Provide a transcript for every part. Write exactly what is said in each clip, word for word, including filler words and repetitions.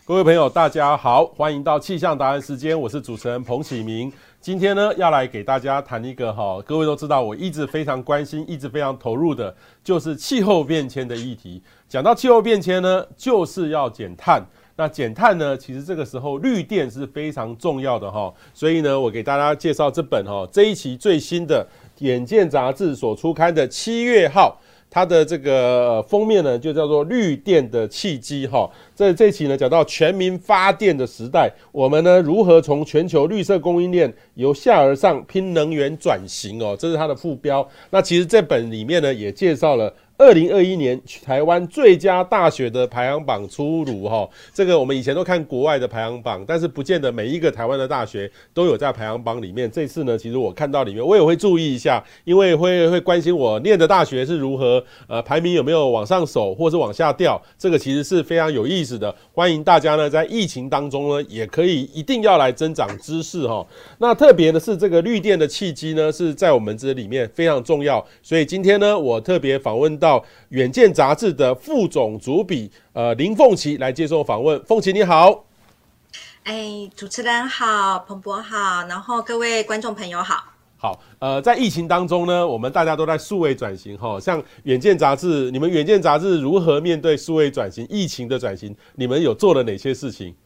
各位朋友大家好，欢迎到气象达人时间，我是主持人彭启明。今天呢要来给大家谈一个哈，各位都知道我一直非常关心一直非常投入的就是气候变迁的议题。讲到气候变迁呢，就是要减碳，那减碳呢其实这个时候绿电是非常重要的哈，所以呢我给大家介绍这本哈这一期最新的远见杂志所出刊的七月号，它的这个封面呢就叫做绿电的契机哈。这这期呢讲到全民发电的时代，我们呢如何从全球绿色供应链由下而上拼能源转型哦，这是它的副标。那其实这本里面呢也介绍了二零二一年台湾最佳大学的排行榜出炉哈，这个我们以前都看国外的排行榜，但是不见得每一个台湾的大学都有在排行榜里面。这次呢，其实我看到里面，我也会注意一下，因为会会关心我念的大学是如何，呃，排名有没有往上走或是往下掉，这个其实是非常有意思的。欢迎大家呢在疫情当中呢，也可以一定要来增长知识哈。那特别的是这个绿电的契机呢，是在我们这里面非常重要，所以今天呢，我特别访问到到远见杂志的副总主笔呃林凤琪来接受访问。凤琪你好。 哎，主持人好，彭博好，然后各位观众朋友好。 好，呃，在疫情当中呢，我们大家都在数位转型哈，像远见杂志，你们远见杂志如何面对数位转型、疫情的转型？你们有做了哪些事情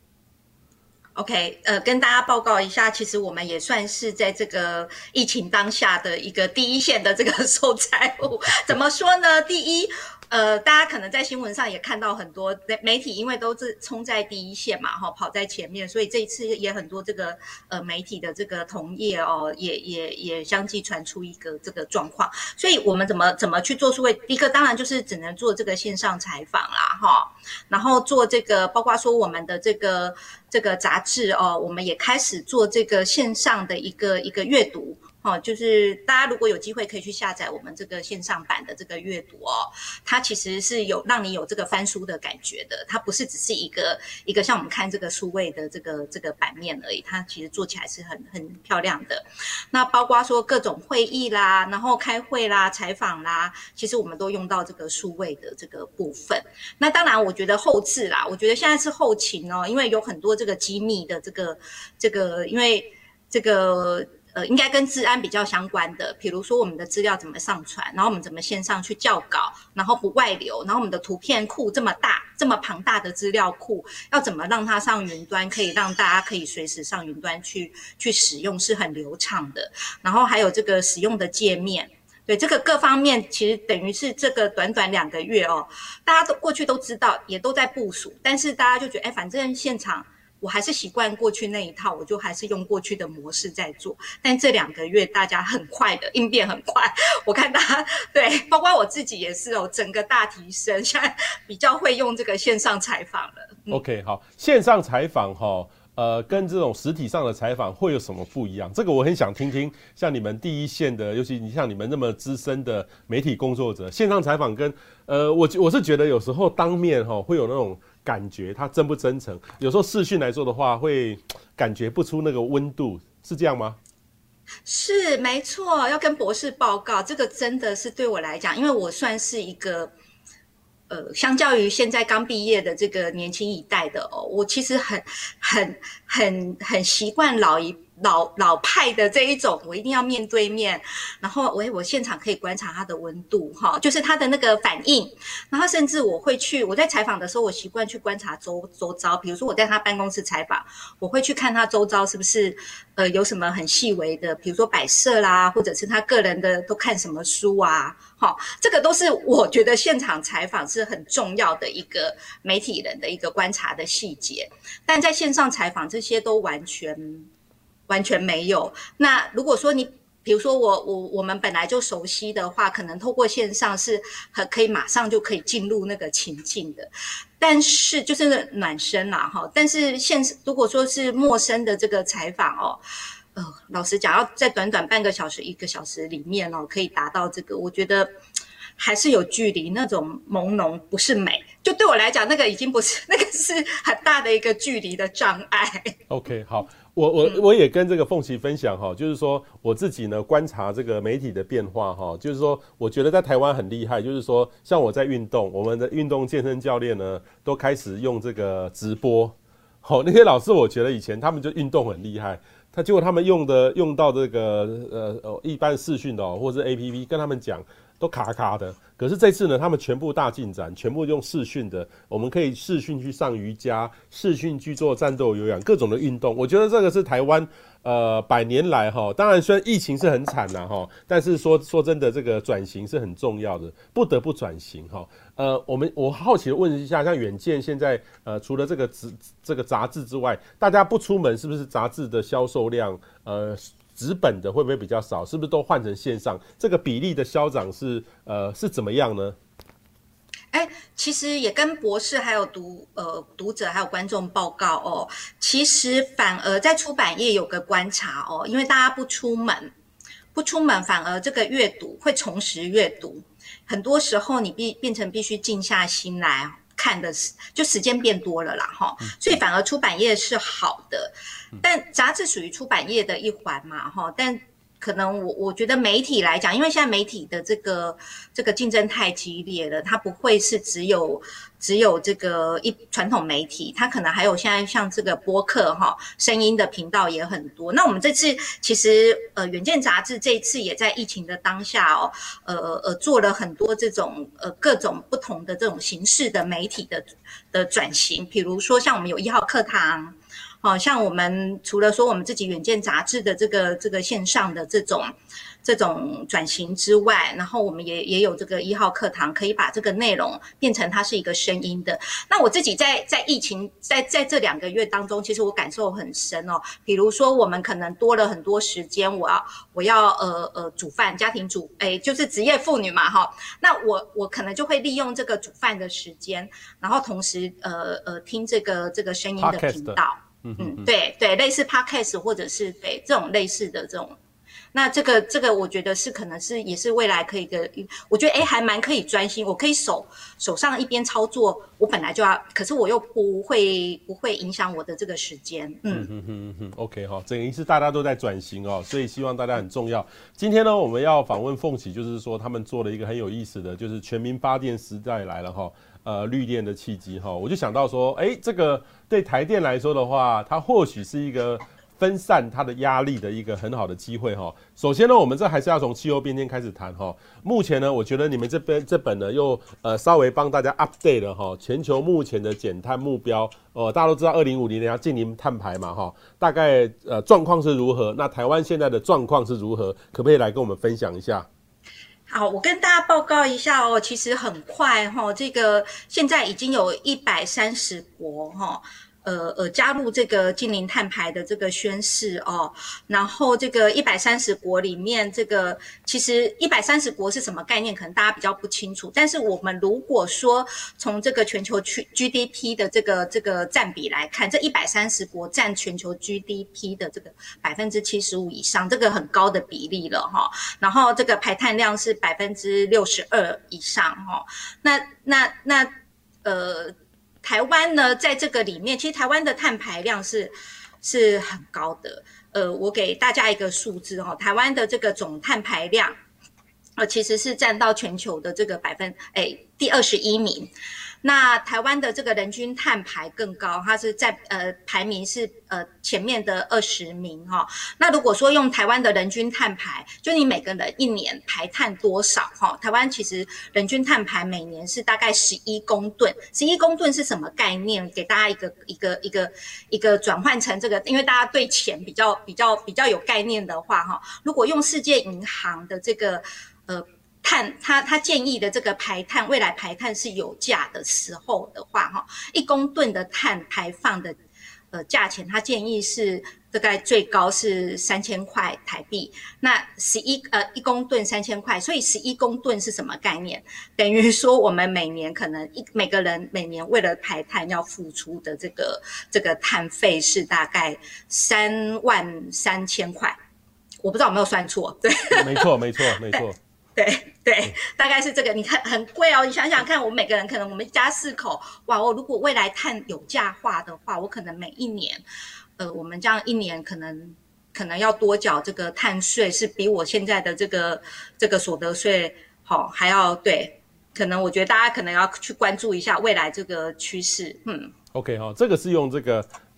？OK， 呃，跟大家报告一下，其实我们也算是在这个疫情当下的一个第一线的这个受灾户。怎么说呢？第一，呃，大家可能在新闻上也看到很多媒体，因为都是冲在第一线嘛，哈，跑在前面，所以这一次也很多这个呃媒体的这个同业哦，也也也相继传出一个这个状况。所以我们怎么怎么去做数位？第一个当然就是只能做这个线上采访啦，哈，然后做这个，包括说我们的这个。这个杂志哦，我们也开始做这个线上的一个一个阅读哦，就是大家如果有机会可以去下载我们这个线上版的这个阅读哦，它其实是有让你有这个翻书的感觉的，它不是只是一个一个像我们看这个数位的这个这个版面而已，它其实做起来是很很漂亮的。那包括说各种会议啦，然后开会啦、采访啦，其实我们都用到这个数位的这个部分。那当然，我觉得后置啦，我觉得现在是后勤哦，因为有很多这个机密的这个这个，因为这个。呃，应该跟治安比较相关的，比如说我们的资料怎么上传，然后我们怎么线上去校稿，然后不外流，然后我们的图片库这么大、这么庞大的资料库，要怎么让它上云端，可以让大家可以随时上云端去去使用，是很流畅的。然后还有这个使用的界面。对，这个各方面其实等于是这个短短两个月哦，大家都过去都知道，也都在部署，但是大家就觉得，哎，反正现场。我还是习惯过去那一套，我就还是用过去的模式在做。但这两个月大家很快的应变很快，我看大家对，包括我自己也是哦，整个大提升，现在比较会用这个线上采访了。 嗯、OK， 好，线上采访哈。呃，跟这种实体上的采访会有什么不一样？这个我很想听听，像你们第一线的，尤其你像你们那么资深的媒体工作者，线上采访跟呃，我我是觉得有时候当面哈会有那种感觉，它真不真诚？有时候视讯来做的话，会感觉不出那个温度，是这样吗？ 是，没错，要跟博士报告，这个真的是对我来讲，因为我算是一个。呃，相较于现在刚毕业的这个年轻一代的哦，我其实很、很、很、很习惯老一老老派的这一种，我一定要面对面，然后我我现场可以观察他的温度哈，就是他的那个反应，然后甚至我会去我在采访的时候，我习惯去观察周周遭，比如说我在他办公室采访，我会去看他周遭是不是呃有什么很细微的，比如说摆设啦，或者是他个人的都看什么书啊。好，这个都是我觉得现场采访是很重要的一个媒体人的一个观察的细节，但在线上采访这些都完全完全没有。那如果说你比如说我我我们本来就熟悉的话，可能透过线上是很可以马上就可以进入那个情境的，但是就是暖身啦哈。但是现如果说是陌生的这个采访哦。呃，老实讲，要在短短半个小时、一个小时里面哦，可以达到这个，我觉得还是有距离，那种朦胧不是美。就对我来讲，那个已经不是，那个是很大的一个距离的障碍。 OK， 好，我我我也跟这个凤琪分享哈，就是说我自己呢观察这个媒体的变化哈，就是说我觉得在台湾很厉害，就是说像我在运动，我们的运动健身教练呢都开始用这个直播。 好、哦，那些老师我觉得以前他们就运动很厉害，他结果他们用的用到这个呃呃一般视讯的、哦、或者是 A P P 跟他们讲都卡卡的。可是这次呢，他们全部大进展，全部用视讯的，我们可以视讯去上瑜伽，视讯去做战斗有氧，各种的运动。我觉得这个是台湾呃百年来哈，当然虽然疫情是很惨啦哈，但是说说真的，这个转型是很重要的，不得不转型哈。呃，我们我好奇的问一下，像远见现在呃除了这个这个杂志之外，大家不出门是不是杂志的销售量呃？纸本的会不会比较少？是不是都换成线上？这个比例的消长是呃是怎么样呢？ 哎，其实也跟博士还有读呃读者还有观众报告哦，其实反而在出版业有个观察哦，因为大家不出门，不出门反而这个阅读会重拾阅读，很多时候你必变成必须静下心来看的，就时间变多了啦哈，所以反而出版业是好的。但杂志属于出版业的一环嘛，哈，但可能我我觉得媒体来讲，因为现在媒体的这个这个竞争太激烈了，它不会是只有只有这个一传统媒体，它可能还有现在像这个播客哈，声音的频道也很多。那我们这次其实呃远见杂志这一次也在疫情的当下哦，呃呃做了很多这种呃各种不同的这种形式的媒体的的转型，比如说像我们有一号课堂。好、哦、像我们除了说我们自己远见杂志的这个这个线上的这种这种转型之外，然后我们也也有这个一号课堂，可以把这个内容变成它是一个声音的。那我自己在在疫情在在这两个月当中，其实我感受很深哦。比如说我们可能多了很多时间，我要我要呃呃煮饭，家庭主哎就是职业妇女嘛哈、哦。那我我可能就会利用这个煮饭的时间，然后同时呃呃听这个这个声音的频道。嗯嗯，对对，类似 podcast 或者是对这种类似的这种，那这个这个我觉得是可能是也是未来可以个，我觉得哎还蛮可以专心，我可以手手上一边操作，我本来就要，可是我又不会不会影响我的这个时间。嗯嗯嗯嗯 ，OK 哈，整个意思大家都在转型哦，所以希望大家很重要。今天呢，我们要访问凤起，就是说他们做了一个很有意思的，就是全民发电时代来了哈。呃，绿电的契机哈，我就想到说，哎，这个对台电来说的话，它或许是一个分散它的压力的一个很好的机会哈。首先呢，我们这还是要从气候变迁开始谈哈。目前呢，我觉得你们这边这本呢又呃稍微帮大家 update 了哈，全球目前的减碳目标，呃，大家都知道二零五零年要净零碳排嘛哈，大概呃状况是如何？那台湾现在的状况是如何？可不可以来跟我们分享一下？ 好，我跟大家报告一下哦，其实很快哈、哦，这个现在已经有一百三十国哈、哦。呃呃，加入这个净零碳排的这个宣誓哦，然后这个一百三十国里面，这个其实一百三十国是什么概念？可能大家比较不清楚。但是我们如果说从这个全球区 G D P 的这个这个占比来看，这一百三十国占全球 G D P 的这个百分之七十五以上，这个很高的比例了哈、哦。然后这个排碳量是百分之六十二以上哈、哦。那那那呃。台湾呢，在这个里面，其实台湾的碳排量是是很高的。呃，我给大家一个数字哈、哦，台湾的这个总碳排量，呃，其实是占到全球的这个百分哎第二十一名。那台湾的这个人均碳排更高，它是在呃排名是呃前面的二十名哈、哦。那如果说用台湾的人均碳排，就你每个人一年排碳多少哈、哦？台湾其实人均碳排每年是大概十一公吨，十一公吨是什么概念？给大家一个一个一个一个转换成这个，因为大家对钱比较比较比较有概念的话哈、哦，如果用世界银行的这个呃。碳，它它建议的这个排碳，未来排碳是有价的时候的话，哈，一公吨的碳排放的呃价钱，它建议是大概最高是三千块台币。那十一呃一公吨三千块，所以十一公吨是什么概念？等于说我们每年可能一每个人每年为了排碳要付出的这个这个碳费是大概三万三千块。我不知道有没有算错，对， 没错没错没错。 对对，大概是这个。你看很贵哦，你想想看，我们每个人可能我们一家四口，哇哦，如果未来碳有价化的话，我可能每一年，呃，我们这样一年可能可能要多缴这个碳税，是比我现在的这个这个所得税好、哦、还要对。可能我觉得大家可能要去关注一下未来这个趋势，嗯。 OK 哈、哦，这个是用这个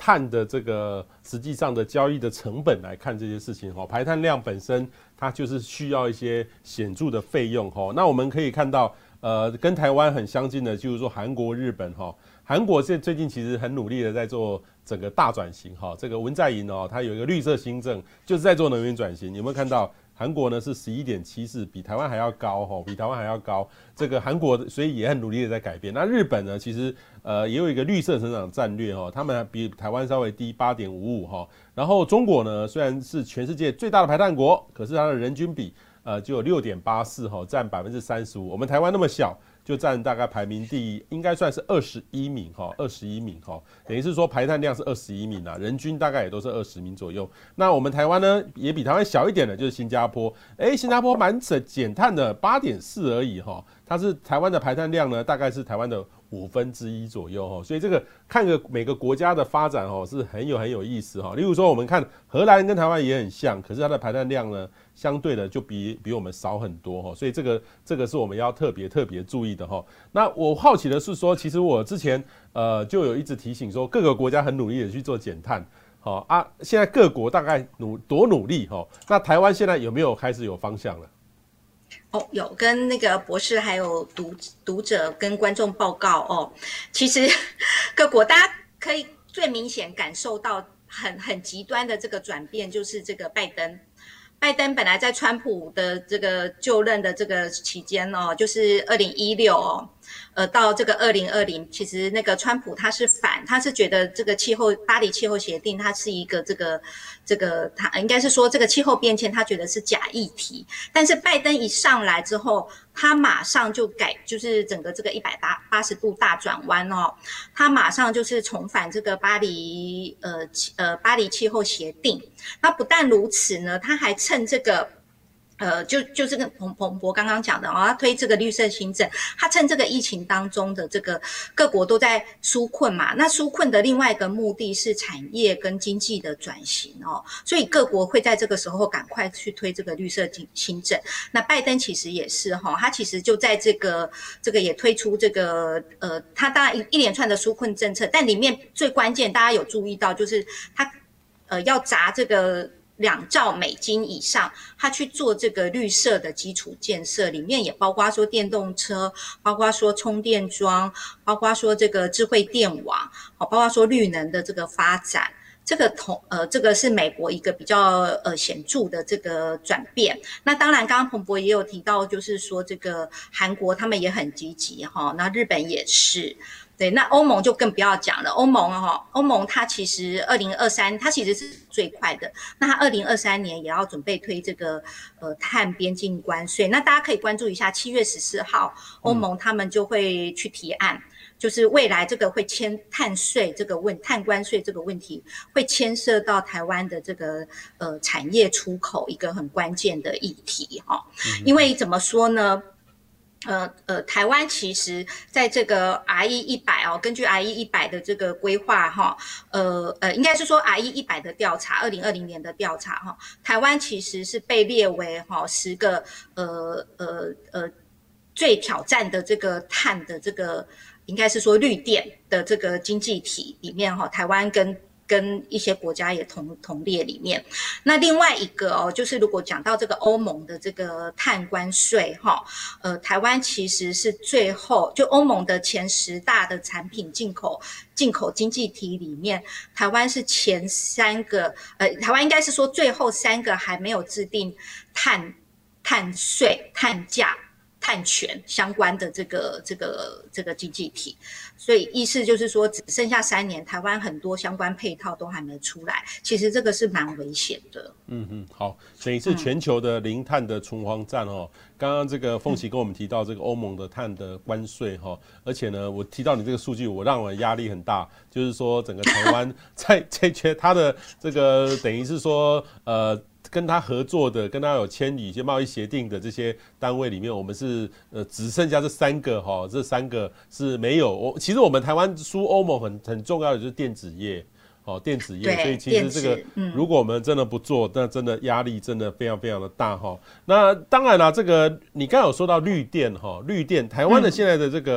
碳的这个实际上的交易的成本来看这些事情哈，排碳量本身它就是需要一些显著的费用哈。那我们可以看到，呃，跟台湾很相近的，就是说韩国、日本哈。韩国现最近其实很努力的在做整个大转型哈。这个文在寅哦，他有一个绿色新政，就是在做能源转型。有没有看到？韩国呢是 十一点七四，比台湾还要高哈，比台湾还要高。这个韩国所以也很努力的在改变。那日本呢，其实呃也有一个绿色成长战略哈，他们比台湾稍微低 八点五五 哈。然后中国呢，虽然是全世界最大的排碳国，可是它的人均比呃就有 六点八四 哈，占 百分之三十五。我们台湾那么小，就占大概排名第一，应该算是二十一名哈，二十一名哈，等于是说排碳量是二十一名啊，人均大概也都是二十名左右。那我们台湾呢，也比台湾小一点的，就是新加坡，哎，新加坡蛮减碳的 八点四 而已哈，它是台湾的排碳量呢，大概是台湾的五分之一左右哈，所以这个看个每个国家的发展哈，是很有很有意思哈。例如说，我们看荷兰跟台湾也很像，可是它的排碳量呢，相对的就比比我们少很多哈，所以这个这个是我们要特别特别注意的哈。那我好奇的是说，其实我之前呃就有一直提醒说，各个国家很努力的去做减碳，好啊，现在各国大概努多努力哈？那台湾现在有没有开始有方向了？ 哦，有跟那个博士还有读读者跟观众报告哦，其实各国大家可以最明显感受到很很极端的这个转变，就是这个拜登。拜登本来在川普的这个就任的这个期间哦，就是二零一六哦，呃，到这个二零二零，其实那个川普他是反，他是觉得这个气候巴黎气候协定它是一个这个这个他应该是说这个气候变迁他觉得是假议题，但是拜登一上来之后，他马上就改，就是整个这个一百八十度大转弯哦，他马上就是重返这个巴黎呃呃巴黎气候协定。那不但如此呢，他还趁这个。呃，就就是跟彭彭博刚刚讲的哦，他推这个绿色新政，他趁这个疫情当中的这个各国都在纾困嘛，那纾困的另外一个目的是产业跟经济的转型哦，所以各国会在这个时候赶快去推这个绿色新政。那拜登其实也是哈、哦，他其实就在这个这个也推出这个呃，他当然一连串的纾困政策，但里面最关键大家有注意到就是他呃要砸这个。两兆美金以上，他去做这个绿色的基础建设，里面也包括说电动车，包括说充电桩，包括说这个智慧电网，包括说绿能的这个发展。这个同呃，这个是美国一个比较呃显著的这个转变。那当然，刚刚彭博也有提到，就是说这个韩国他们也很积极哈，那日本也是。对，那欧盟就更不要讲了。欧盟哈，欧盟它其实二零二三，它其实是最快的。那它二零二三年也要准备推这个呃碳边境关税。那大家可以关注一下，七月十四号，欧盟他们就会去提案，嗯、就是未来这个会牵碳税这个问碳关税这个问题，会牵涉到台湾的这个呃产业出口一个很关键的议题哈、哦。因为怎么说呢？呃呃，台湾其实在这个 R E 一百哦，根据 R E 一百的这个规划哈，呃呃，应该是说 R E 一百的调查，二零二零年的调查哈，台湾其实是被列为哈十个呃呃呃最挑战的这个碳的这个，应该是说绿电的这个经济体里面哈，台湾跟跟一些国家也同同列里面。那另外一个哦，就是如果讲到这个欧盟的这个碳关税哈，呃，台湾其实是最后就欧盟的前十大的产品进口进口经济体里面，台湾是前三个，呃，台湾应该是说最后三个还没有制定碳碳税、碳价。碳权相关的这个这个这个经济体，所以意思就是说，只剩下三年，台湾很多相关配套都还没出来，其实这个是蛮危险的。 嗯嗯，好，等于是全球的零碳的存亡战哦。刚刚这个凤琪跟我们提到这个欧盟的碳的关税哈，而且呢，我提到你这个数据，我让我压力很大，就是说整个台湾在这缺它的这个等于是说呃。跟他合作的、跟他有签一些贸易协定的这些单位里面，我们是呃只剩下这三个哈，这三个是没有。我其实我们台湾输欧盟很很重要的就是电子业，哦，电子业，所以其实这个、嗯、如果我们真的不做，那真的压力真的非常非常的大哈。那当然啦，这个你刚刚有说到绿电哈，绿电台湾的现在的这个。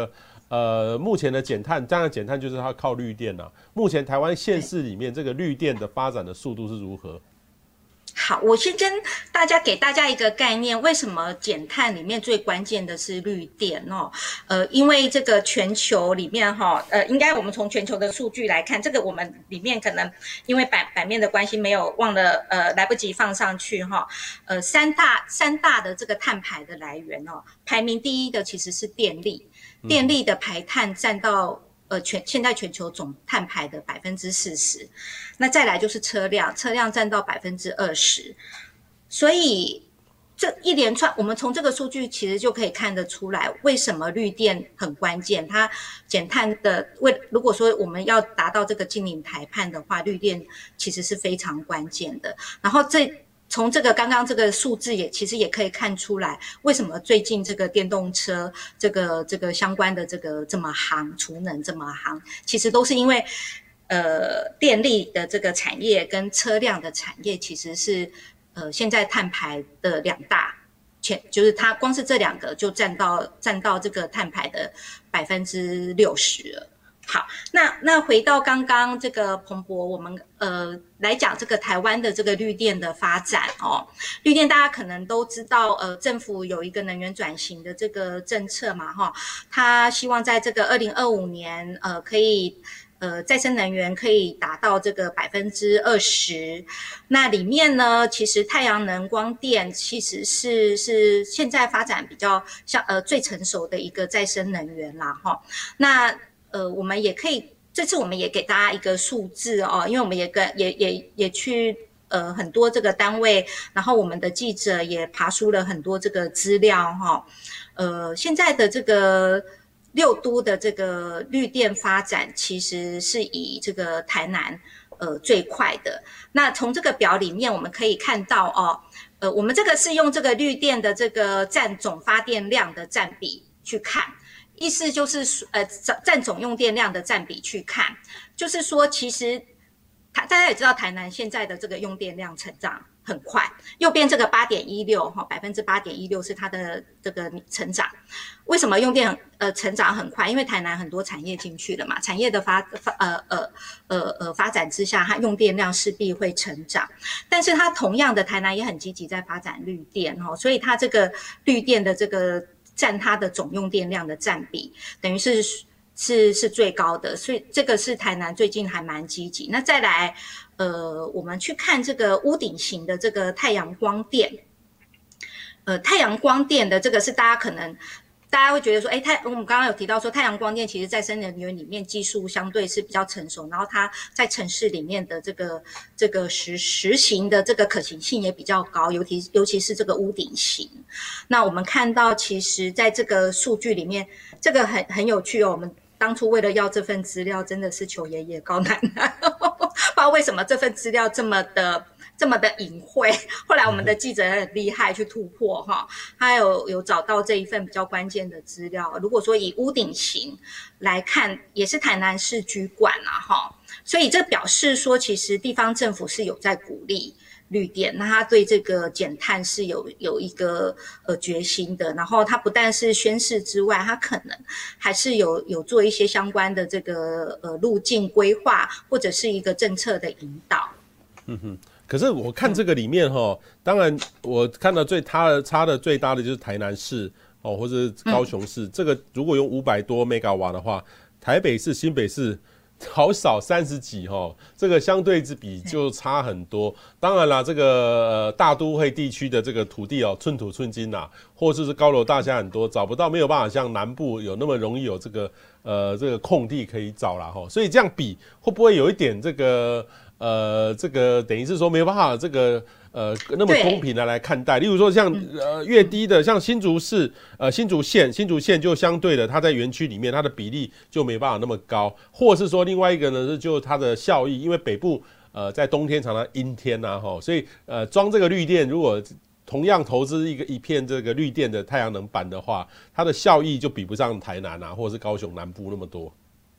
呃，目前的减碳，当然减碳就是它靠绿电啊。目前台湾县市里面这个绿电的发展的速度是如何？ 好，我先跟大家给大家一个概念，为什么减碳里面最关键的是绿电哦？呃，因为这个全球里面哈，呃，应该我们从全球的数据来看，这个我们里面可能因为版版面的关系没有忘了，呃，来不及放上去哈。呃，三大三大的这个碳排的来源哦，排名第一的其实是电力，电力的排碳占到。呃，全现在全球总碳排的百分之四十，那再来就是车辆，车辆占到百分之二十，所以这一连串，我们从这个数据其实就可以看得出来，为什么绿电很关键。它减碳的，为如果说我们要达到这个净零排碳的话，绿电其实是非常关键的。然后这。从这个刚刚这个数字也其实也可以看出来，为什么最近这个电动车这个这个相关的这个这么夯，储能这么夯，其实都是因为呃电力的这个产业跟车辆的产业其实是呃现在碳排的两大，前就是它光是这两个就占到占到这个碳排的百分之六十了。好，那那回到刚刚这个彭博，我们呃来讲这个台湾的这个绿电的发展哦。绿电大家可能都知道，呃，政府有一个能源转型的这个政策嘛，哈，他希望在这个二零二五年，呃，可以呃再生能源可以达到这个百分之二十。那里面呢，其实太阳能光电其实是是现在发展比较像呃最成熟的一个再生能源啦，哈。那呃，我们也可以，这次我们也给大家一个数字哦，因为我们也跟也也也去呃很多这个单位，然后我们的记者也爬梳了很多这个资料哈、哦。呃，现在的这个六都的这个绿电发展，其实是以这个台南呃最快的。那从这个表里面我们可以看到哦，呃，我们这个是用这个绿电的这个占总发电量的占比去看。意思就是呃占总用电量的占比去看，就是说其实台大家也知道台南现在的这个用电量成长很快，右边这个八点一六哈百分之八点一六是它的这个成长。为什么用电呃成长很快？因为台南很多产业进去了嘛，产业的发发呃呃呃呃发展之下，它用电量势必会成长。但是它同样的台南也很积极在发展绿电哈，所以它这个绿电的这个。占它的总用电量的占比，等于是是是最高的，所以这个是台南最近还蛮积极。那再来，呃，我们去看这个屋顶型的这个太阳光电，呃，太阳光电的这个是大家可能。大家会觉得说，哎，太我们刚刚有提到说，太阳光电其实在再生能源里面技术相对是比较成熟，然后它在城市里面的这个这个实实行的这个可行性也比较高，尤其尤其是这个屋顶型。那我们看到，其实在这个数据里面，这个很很有趣哦。我们当初为了要这份资料，真的是求爷爷告奶奶，不知道为什么这份资料这么的。这么的隐晦，后来我们的记者很厉害去突破哈，他有有找到这一份比较关键的资料。如果说以屋顶型来看，也是台南市居冠啊哈，所以这表示说，其实地方政府是有在鼓励绿电，那他对这个减碳是有有一个呃决心的。然后他不但是宣示之外，他可能还是有有做一些相关的这个呃路径规划，或者是一个政策的引导。 嗯哼。可是我看这个里面哈、哦，当然我看到最差的差的最大的就是台南市哦，或者高雄市。嗯、这个如果用五百多 mega 瓦的话，台北市、新北市好少三十几哈、哦，这个相对之比就差很多。当然啦，这个呃大都会地区的这个土地哦，寸土寸金呐，或者是高楼大厦很多，找不到，没有办法像南部有那么容易有这个呃这个空地可以找啦哈、哦。所以这样比会不会有一点这个？呃，这个等于是说没有办法这个呃那么公平的来看待。例如说像呃越低的，像新竹市、呃新竹县、新竹县就相对的，它在园区里面它的比例就没办法那么高，或是说另外一个呢是就它的效益，因为北部呃在冬天常常阴天呐、啊、哈，所以呃装这个绿电如果同样投资一个一片这个绿电的太阳能板的话，它的效益就比不上台南啊或者是高雄南部那么多。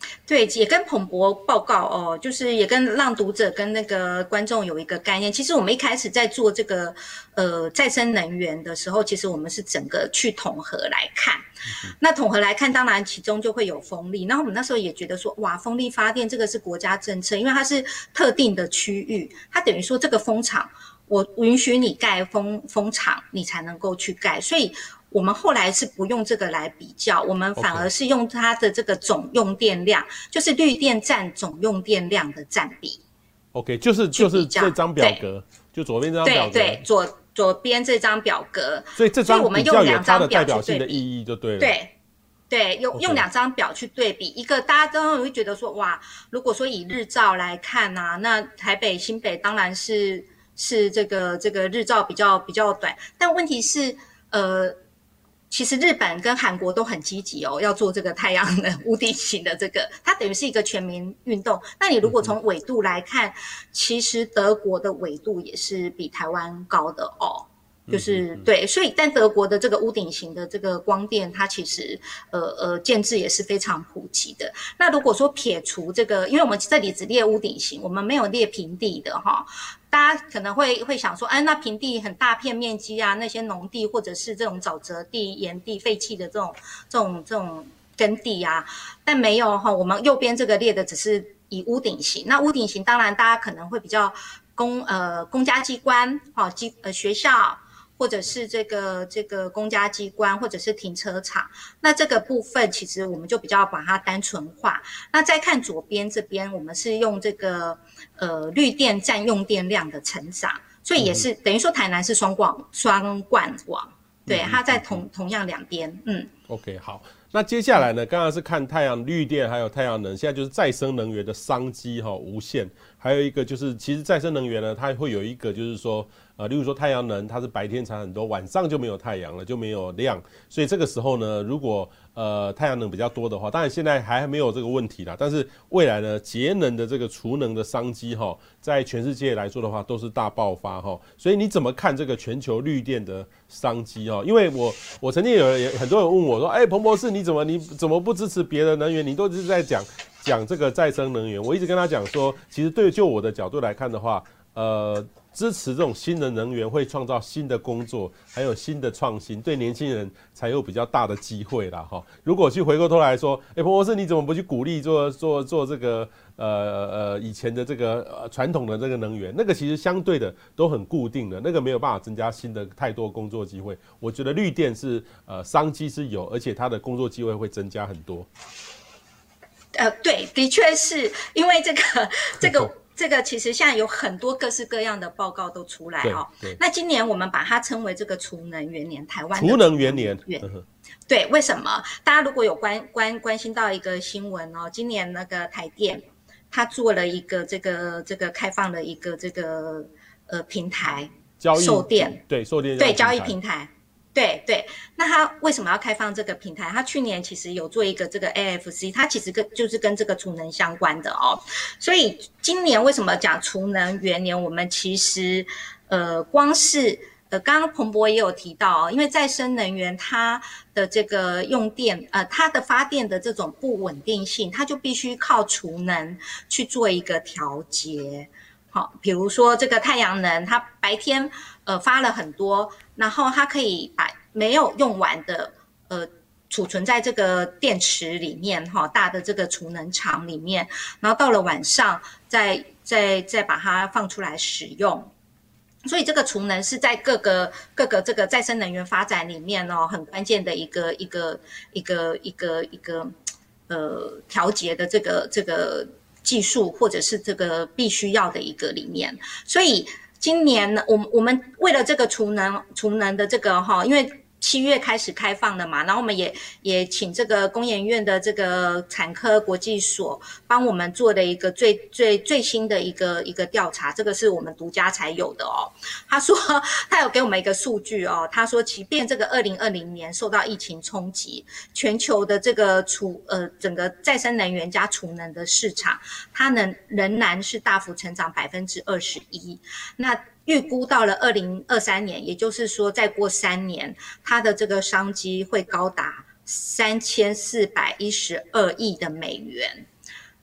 对，也跟彭博报告哦，就是也跟让读者跟那个观众有一个概念。其实我们一开始在做这个呃再生能源的时候，其实我们是整个去统合来看。嗯、那统合来看，当然其中就会有风力。然后我们那时候也觉得说，哇，风力发电这个是国家政策，因为它是特定的区域，它等于说这个风场，我允许你盖风风场，你才能够去盖，所以。我们后来是不用这个来比较，我们反而是用它的这个总用电量， okay. 就是绿电占总用电量的占比。 OK， 就是就是这张表格，就左边这张表格， 对对，左左边这张表格。 所以这张比较有它的代表性的意义，就对了。 对对，用、okay. 用两张表去对比，一个大家都会觉得说，哇，如果说以日照来看啊，那台北新北当然是是这个这个日照比较比较短，但问题是呃。其实日本跟韩国都很积极哦，要做这个太阳能屋顶型的这个，它等于是一个全民运动。那你如果从纬度来看，嗯、其实德国的纬度也是比台湾高的哦。就是对，所以但德国的这个屋顶型的这个光电，它其实呃呃建制也是非常普及的。那如果说撇除这个，因为我们这里只列屋顶型，我们没有列平地的哈。大家可能会会想说，哎，那平地很大片面积啊，那些农地或者是这种沼泽地、盐地、废弃的这种这种这种耕地啊，但没有哈。我们右边这个列的只是以屋顶型，那屋顶型当然大家可能会比较公呃公家机关哈机呃学校。或者是这个这个公家机关，或者是停车场，那这个部分其实我们就比较把它单纯化。那再看左边这边，我们是用这个呃绿电占用电量的成长，所以也是、嗯、等于说台南是双管双冠网，对，嗯、它在同、嗯、同样两边，嗯。 OK， 好。那接下来呢？刚刚是看太阳绿电，还有太阳能，现在就是再生能源的商机哈、哦、无限。还有一个就是，其实再生能源呢，它会有一个就是说，呃，例如说太阳能，它是白天产很多，晚上就没有太阳了，就没有亮。所以这个时候呢，如果呃太阳能比较多的话，当然现在还没有这个问题啦。但是未来呢，节能的这个储能的商机哈、哦，在全世界来说的话，都是大爆发哈、哦。所以你怎么看这个全球绿电的商机哦？因为我我曾经有很多人问我说，哎，彭博士你怎么你怎么不支持别的能源？你都是在讲讲这个再生能源。我一直跟他讲说，其实对就我的角度来看的话，呃，支持这种新的能源会创造新的工作，还有新的创新，对年轻人才有比较大的机会啦哈。如果去回过头来说，哎，彭博士你怎么不去鼓励做做做这个呃呃以前的这个传、呃、统的这个能源？那个其实相对的都很固定的，那个没有办法增加新的太多工作机会。我觉得绿电是呃商机是有，而且它的工作机会会增加很多。 呃，对，的确是因为这个这个。这个其实现在有很多各式各样的报告都出来哦。那今年我们把它称为这个储能元年，台湾的储能元年。 对，为什么？大家如果有关关关心到一个新闻哦，今年那个台电它做了一个这个这个开放的一个这个呃平台， 交易售电， 对售电对交易平台。对对，那他为什么要开放这个平台？他去年其实有做一个这个 A F C， 它其实跟就是跟这个储能相关的哦。所以今年为什么讲储能元年？我们其实呃，光是呃，刚刚彭博也有提到哦，因为再生能源它的这个用电呃，它的发电的这种不稳定性，它就必须靠储能去做一个调节。好，比如说这个太阳能，它白天呃发了很多，然后它可以把没有用完的呃储存在这个电池里面哈，大的这个储能厂里面，然后到了晚上再再再把它放出来使用。所以这个储能是在各个各个这个再生能源发展里面哦，很关键的一个一个一个一个一个呃调节的这个这个。技术或者是这个必须要的一个理念，所以今年呢，我们我们为了这个储能储能的这个哈，因为七月开始开放了嘛，然后我们也也请这个工研院的这个产科国际所帮我们做的一个最最最新的一个一个调查，这个是我们独家才有的哦。他说他有给我们一个数据哦，他说即便这个二零二零年受到疫情冲击，全球的这个储呃整个再生能源加储能的市场，它能仍然是大幅成长百分之二十一。那预估到了二零二三年，也就是说再过三年，它的这个商机会高达三千四百一十二亿的美元。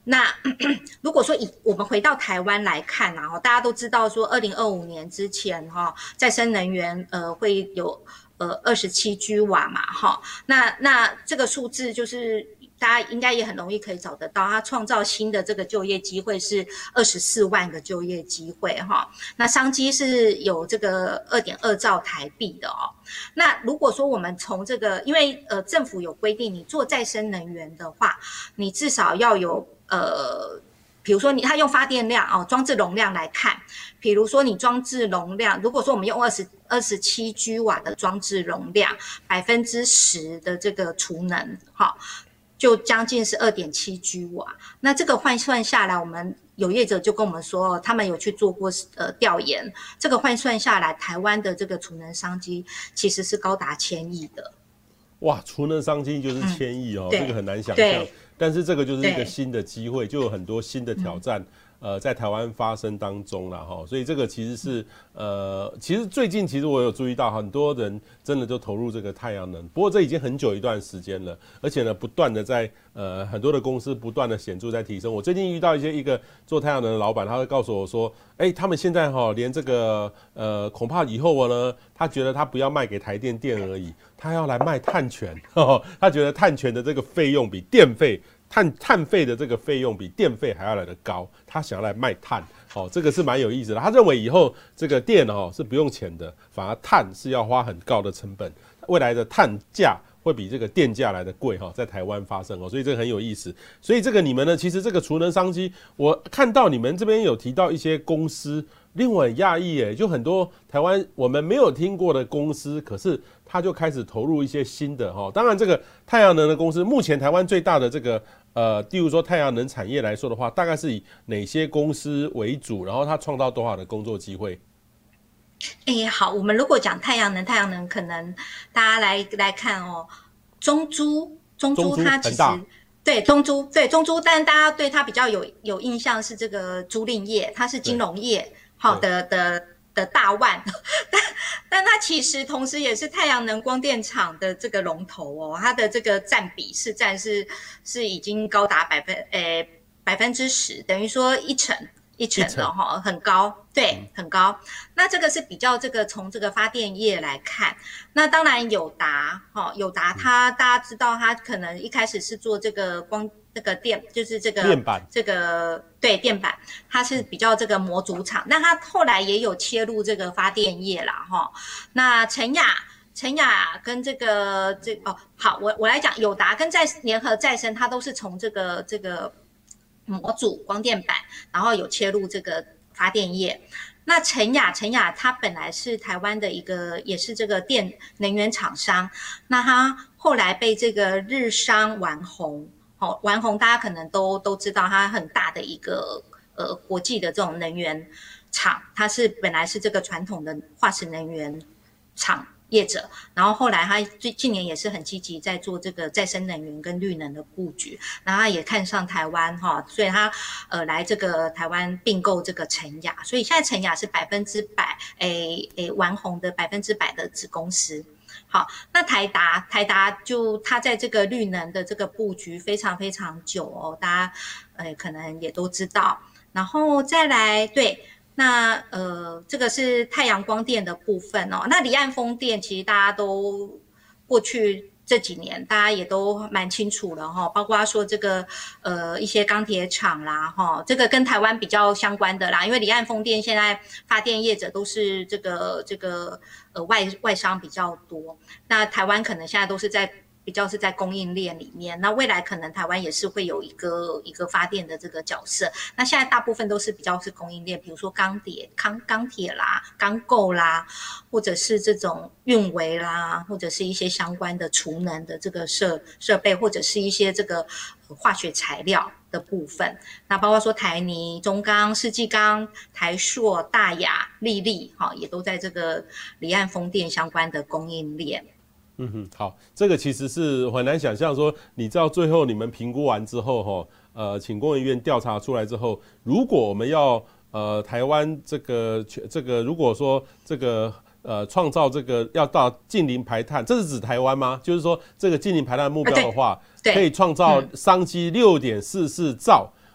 那如果说以我们回到台湾来看啊，大家都知道说，二零二五年之前哈，再生能源呃会有呃二十七 G 瓦嘛哈，那那这个数字就是大家应该也很容易可以找得到，它创造新的这个就业机会是二十四万个就业机会哈，那商机是有这个 二点二兆台币的哦。那如果说我们从这个，因为呃政府有规定，你做再生能源的话，你至少要有呃，比如说你它用发电量哦，装置容量来看，比如说你装置容量，如果说我们用二十二十七 G 瓦的装置容量，百分之十的这个储能，哈，就将近是 二点七 G 瓦。那这个换算下来，我们有业者就跟我们说，他们有去做过呃调研，这个换算下来，台湾的这个储能商机其实是高达千亿的。 哇，储能商机就是千亿哦， 嗯、 这个很难想象。但是这个就是一个新的机会，就有很多新的挑战。呃，在台湾发生当中啦哈，所以这个其实是呃，其实最近其实我有注意到很多人真的就投入这个太阳能，不过这已经很久一段时间了，而且呢，不断的在呃很多的公司不断的显著在提升。我最近遇到一些一个做太阳能的老板，他会告诉我说，哎、欸，他们现在哈连这个呃恐怕以后呢，他觉得他不要卖给台电电而已，他要来卖碳权，呵呵他觉得碳权的这个费用比电费。碳碳费的这个费用比电费还要来得高，他想要来卖碳，哦，这个是蛮有意思的。他认为以后这个电哦是不用钱的，反而碳是要花很高的成本，未来的碳价会比这个电价来的贵哈，在台湾发生哦，所以这个很有意思。所以这个你们呢，其实这个储能商机，我看到你们这边有提到一些公司，令我很讶异耶，就很多台湾我们没有听过的公司，可是他就开始投入一些新的哈。当然，这个太阳能的公司，目前台湾最大的这个。呃，例如说太阳能产业来说的话，大概是以哪些公司为主？然后它创造多少的工作机会？ 哎，好，我们如果讲太阳能，太阳能可能大家来来看哦，中珠，中珠它其实对中珠对中珠，但大家对它比较有有印象是这个租赁业，它是金融业好的的。的大腕，但但它其实同时也是太阳能光电厂的这个龙头哦，它的这个占比市占是是已经高达百分诶百分之十，等于说一成一成了哈，很高，对，嗯、很高。那这个是比较这个从这个发电业来看，那当然友达哈，友达它大家知道它可能一开始是做这个光。这个电就是这个电板， 这个对电板，它是比较这个模组厂，那它后来也有切入这个发电业啦哈。那晨亚，晨亚跟这个这哦好，我我来讲，友达跟再联合再生，它都是从这个这个模组光电板，然后有切入这个发电业。那晨亚，晨亚它本来是台湾的一个，也是这个电能源厂商，那它后来被这个日商丸红。哦，丸红大家可能都都知道，它很大的一个呃国际的这种能源厂，它是本来是这个传统的化石能源厂业者，然后后来它最近年也是很积极在做这个再生能源跟绿能的布局，然后他也看上台湾哈，所以他呃来这个台湾并购这个晨亚，所以现在晨亚是百分之百诶诶丸红的百分之百的子公司。好，那台达，台达就它在这个绿能的这个布局非常非常久哦，大家呃可能也都知道。然后再来，对，那呃这个是太阳光电的部分哦。那离岸风电其实大家都过去这几年大家也都蛮清楚了哈，包括说这个呃一些钢铁厂啦哈，这个跟台湾比较相关的啦，因为离岸风电现在发电业者都是这个这个呃外外商比较多，那台湾可能现在都是在比较是在供应链里面，那未来可能台湾也是会有一个一个发电的这个角色。那现在大部分都是比较是供应链，比如说钢铁、钢钢铁啦、钢构啦，或者是这种运维啦，或者是一些相关的储能的这个设设备，或者是一些这个化学材料的部分。那包括说台泥、中钢、世纪钢、台塑、大雅、力立，哈，也都在这个离岸风电相关的供应链。 嗯哼，好，这个其实是很难想象说，你知道最后你们评估完之后，哈，呃，请工研院调查出来之后，如果我们要呃台湾这个这个，如果说这个呃创造这个要到净零排碳，这是指台湾吗？就是说这个净零排碳目标的话， 啊、可以创造商机六点四四兆。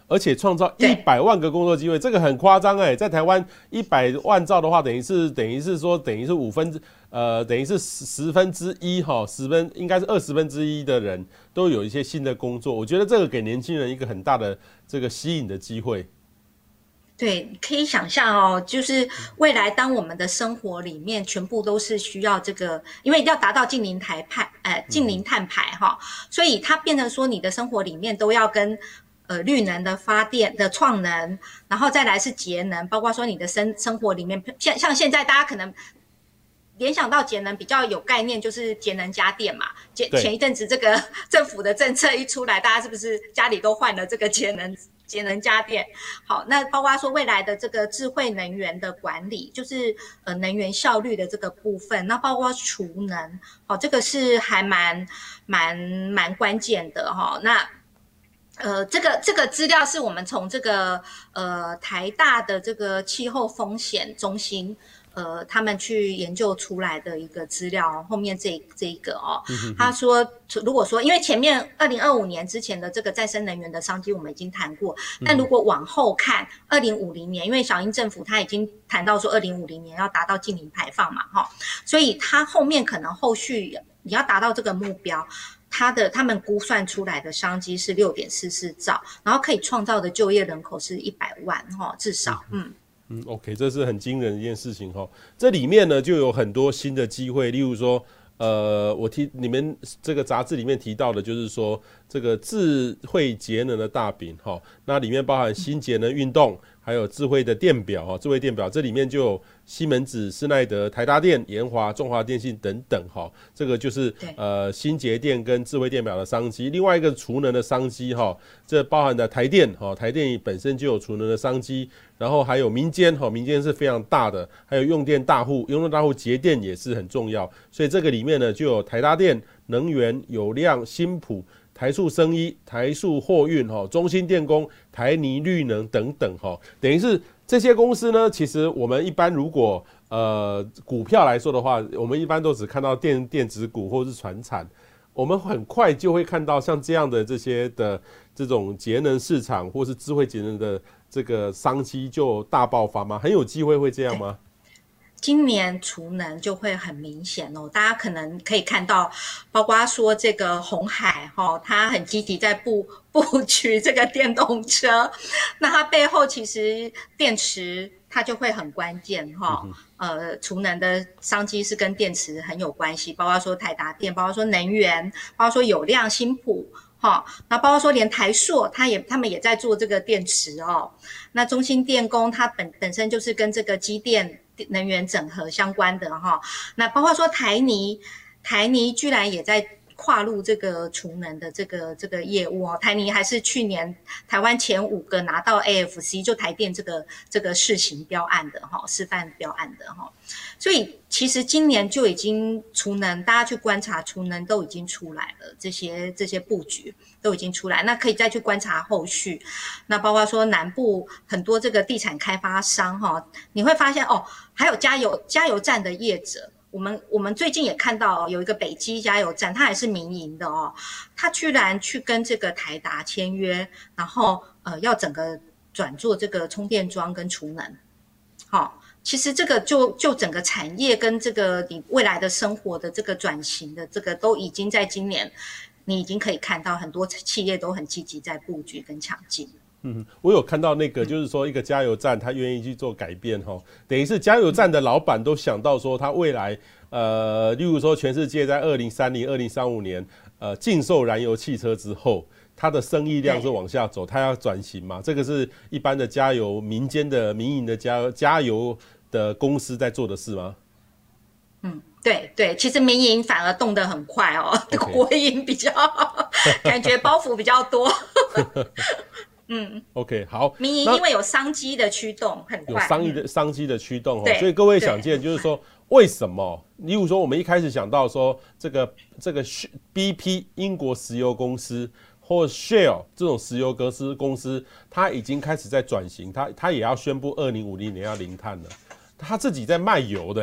而且创造一百万个工作机会，这个很夸张哎，在台湾一百万兆的话，等于是等于是说等于是五分之呃等于是十分之一哈，十分应该是二十分之一的人都有一些新的工作，我觉得这个给年轻人一个很大的这个吸引的机会。 对，可以想象哦，就是未来当我们的生活里面全部都是需要这个，因为要达到净零台排，呃，净零碳排哈，所以它变成说你的生活里面都要跟呃绿能的发电的创能，然后再来是节能，包括说你的生生活里面，像像现在大家可能联想到节能比较有概念，就是节能家电嘛。前前一阵子这个政府的政策一出来，大家是不是家里都换了这个节能？节能家电，好，那包括说未来的这个智慧能源的管理，就是呃能源效率的这个部分，那包括储能，好，这个是还蛮蛮蛮关键的哈。那呃，这个这个资料是我们从这个呃台大的这个气候风险中心。呃，他们去研究出来的一个资料，后面这这一个哦，他说，如果说因为前面二零二五年之前的这个再生能源的商机我们已经谈过，但如果往后看二零五零年，因为小英政府他已经谈到说二零五零年要达到净零排放嘛，哈，所以他后面可能后续你要达到这个目标。他的他们估算出来的商机是六点四四兆，然后可以创造的就业人口是一百万哈，至少嗯。 嗯 ，OK， 这是很惊人的一件事情哈。这里面呢就有很多新的机会，例如说，呃，我提你们这个杂志里面提到的，就是说这个智慧节能的大饼哈，那里面包含新节能运动，还有智慧的电表哈，智慧电表这里面就有西门子、施耐德、台达电、研华、中华电信等等哈，这个就是呃新节电跟智慧电表的商机。另外一个储能的商机哈，这包含的台电哈，台电本身就有储能的商机。然后还有民间哈，民间是非常大的，还有用电大户，用电大户节电也是很重要，所以这个里面呢就有台达电、能源、有量、新普、台塑生医、台塑货运哈、中兴电工、台泥绿能等等哈，等于是这些公司呢，其实我们一般如果呃股票来说的话，我们一般都只看到电电子股或是传产。我们很快就会看到像这样的这些的这种节能市场或是智慧节能的这个商机就大爆发吗？很有机会会这样吗？ 今年储能就会很明显哦，大家可能可以看到，包括说这个鸿海哈、哦，它很积极在布布局这个电动车，那它背后其实电池它就会很关键哈、哦。呃，储能的商机是跟电池很有关系，包括说台达电，包括说能源，包括说有量、新普。哈、哦，那包括说连台塑，他也他们也在做这个电池哦。那中兴电工它本本身就是跟这个机电能源整合相关的哈、哦。那包括说台泥，台泥居然也在跨入这个储能的这个这个业务哦。台泥还是去年台湾前五个拿到 A F C 就台电这个这个试行标案的哈、哦，示范标案的哈、哦。所以其实今年就已经储能，大家去观察储能都已经出来了，这些这些布局都已经出来，那可以再去观察后续。那包括说南部很多这个地产开发商哈、哦，你会发现哦，还有加油加油站的业者。我们我们最近也看到有一个北基加油站，它也是民营的哦，它居然去跟这个台达签约，然后呃要整个转做这个充电桩跟储能，好、哦。其实这个就就整个产业跟这个你未来的生活的这个转型的这个都已经在今年，你已经可以看到很多企业都很积极在布局跟抢进。 嗯，我有看到那个，就是说一个加油站，他愿意去做改变哈，等于是加油站的老板都想到说，他未来呃，例如说全世界在二零三零、二零三五年呃禁售燃油汽车之后。它的生意量是往下走，它要转型嘛？这个是一般的加油、民间的、民营的加加油的公司在做的事吗？ 嗯，对对，其实民营反而动得很快哦， okay. 国营比较感觉包袱比较多。嗯 ，OK， 好， 民营因为有商机的驱动，很快有商机的商机的驱动哦，所以各位想见就是说。为什么？例如说，我们一开始想到说，这个这个 B P 英国石油公司或 Shell 这种石油公司公司，它已经开始在转型，它它也要宣布二零五零年要零碳了。它自己在卖油的，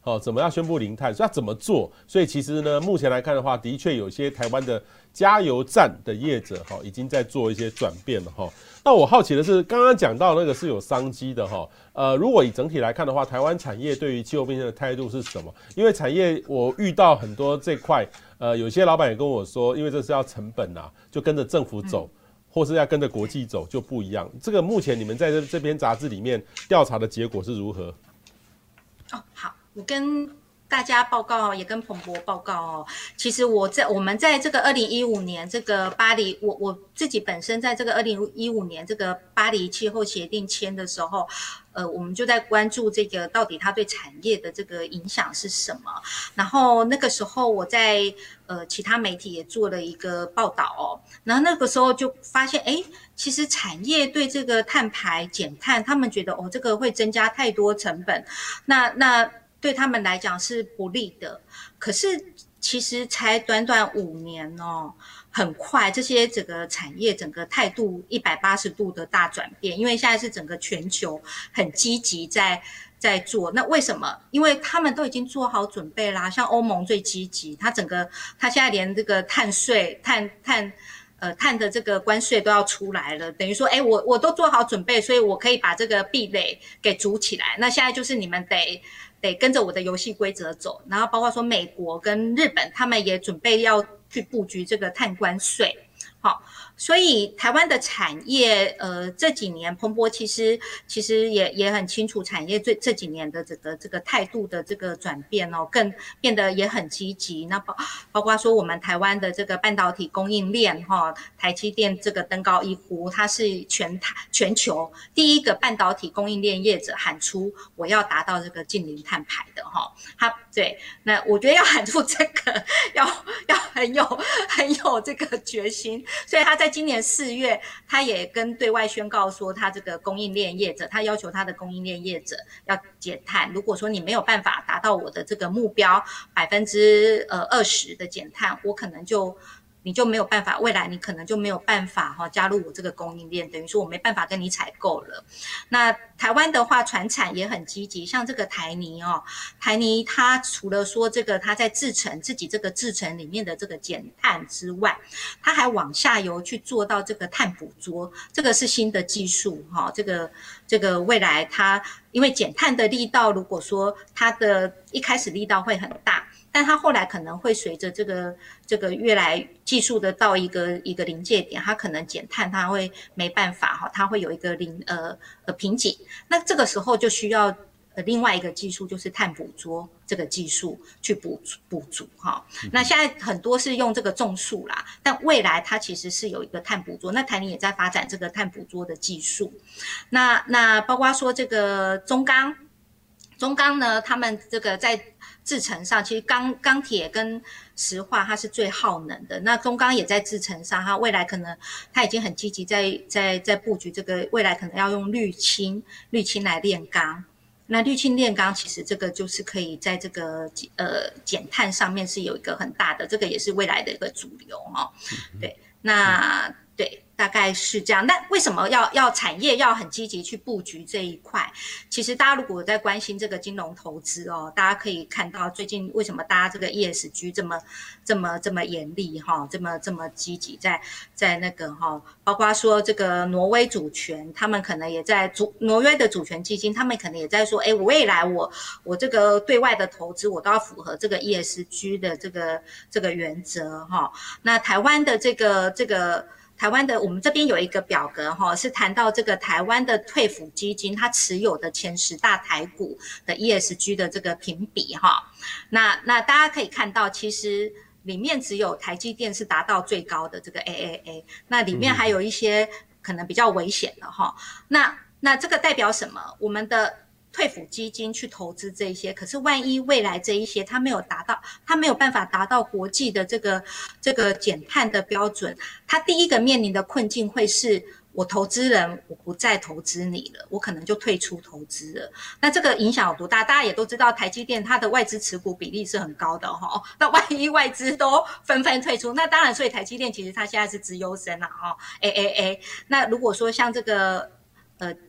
哦，怎么样宣布零碳？所以要怎么做？所以其实呢，目前来看的话，的确有些台湾的加油站的业者哈、哦，已经在做一些转变了哈、哦。那我好奇的是，刚刚讲到那个是有商机的哈、哦。呃，如果以整体来看的话，台湾产业对于气候变迁的态度是什么？因为产业我遇到很多这块，呃，有些老板也跟我说，因为这是要成本啊，就跟着政府走。嗯或是要跟着国际走就不一样。这个目前你们在 这, 这篇杂志里面调查的结果是如何？ 哦，好，我跟大家报告，也跟彭博报告哦。其实我在我们在这个二零一五年这个巴黎，我我自己本身在这个二零一五年这个巴黎气候协定签的时候，呃，我们就在关注这个到底它对产业的这个影响是什么。然后那个时候我在呃其他媒体也做了一个报道哦，然后那个时候就发现，哎，其实产业对这个碳排减碳，他们觉得哦这个会增加太多成本，那那对他们来讲是不利的。可是其实才短短五年哦。很快，这些整个产业整个态度一百八十度的大转变，因为现在是整个全球很积极在在做。那为什么？因为他们都已经做好准备啦，像欧盟最积极，它整个它现在连这个碳税、碳碳呃碳的这个关税都要出来了，等于说，哎，我我都做好准备，所以我可以把这个壁垒给筑起来。那现在就是你们得。得跟着我的游戏规则走，然后包括说美国跟日本，他们也准备要去布局这个碳关税。好，所以台湾的产业，呃，这几年彭博其实其实也也很清楚，产业这这几年的这个这个态度的这个转变哦，更变得也很积极。那包包括说我们台湾的这个半导体供应链哈、哦，台积电这个登高一呼，它是全台全球第一个半导体供应链业者喊出我要达到这个净零碳排的哈、哦。它对，那我觉得要喊出这个，要要很有很有这个决心。所以他在今年四月，他也跟对外宣告说，他这个供应链业者，他要求他的供应链业者要减碳。如果说你没有办法达到我的这个目标百分之呃二十的减碳，我可能就你就没有办法，未来你可能就没有办法哈、哦、加入我这个供应链，等于说我没办法跟你采购了。那台湾的话，传产也很积极，像这个台泥哦，台泥它除了说这个它在制程自己这个制程里面的这个减碳之外，它还往下游去做到这个碳捕捉，这个是新的技术哈、哦，这个这个未来它因为减碳的力道，如果说它的一开始力道会很大。但它后来可能会随着这个这个越来技术的到一个一个临界点，它可能减碳它会没办法哈，它会有一个临呃呃瓶颈。那这个时候就需要呃另外一个技术，就是碳捕捉这个技术去补补足哈。那现在很多是用这个种树啦，但未来它其实是有一个碳捕捉。那台泥也在发展这个碳捕捉的技术。那那包括说这个中钢，中钢呢，他们这个在制程上，其实钢钢铁跟石化它是最耗能的。那中钢也在制程上，它未来可能它已经很积极在在在布局这个未来可能要用氯氢氯氢来炼钢。那氯氢炼钢其实这个就是可以在这个呃减碳上面是有一个很大的，这个也是未来的一个主流哈、哦。对，那对。大概是这样，那为什么要要产业要很积极去布局这一块？其实大家如果在关心这个金融投资哦，大家可以看到最近为什么大家这个 E S G 这么这么这么严厉哈，这么这么积极在在那个哈，包括说这个挪威主权，他们可能也在主挪威的主权基金，他们可能也在说，哎，我未来我我这个对外的投资我都要符合这个 E S G 的这个这个原则哈。那台湾的这个这个。台湾的我们这边有一个表格哈，是谈到这个台湾的退辅基金它持有的前十大台股的 E S G 的这个评比哈。那那大家可以看到，其实里面只有台积电是达到最高的这个 A A A， 那里面还有一些可能比较危险的哈。那那这个代表什么？我们的退辅基金去投资这些，可是万一未来这一些它没有达到，它没有办法达到国际的这个这个减碳的标准，它第一个面临的困境会是我投资人我不再投资你了，我可能就退出投资了。那这个影响有多大？大家也都知道，台积电它的外资持股比例是很高的哈、哦。那万一外资都纷纷退出，那当然，所以台积电其实它现在是资优生啦哈 ，A A A。那如果说像这个呃。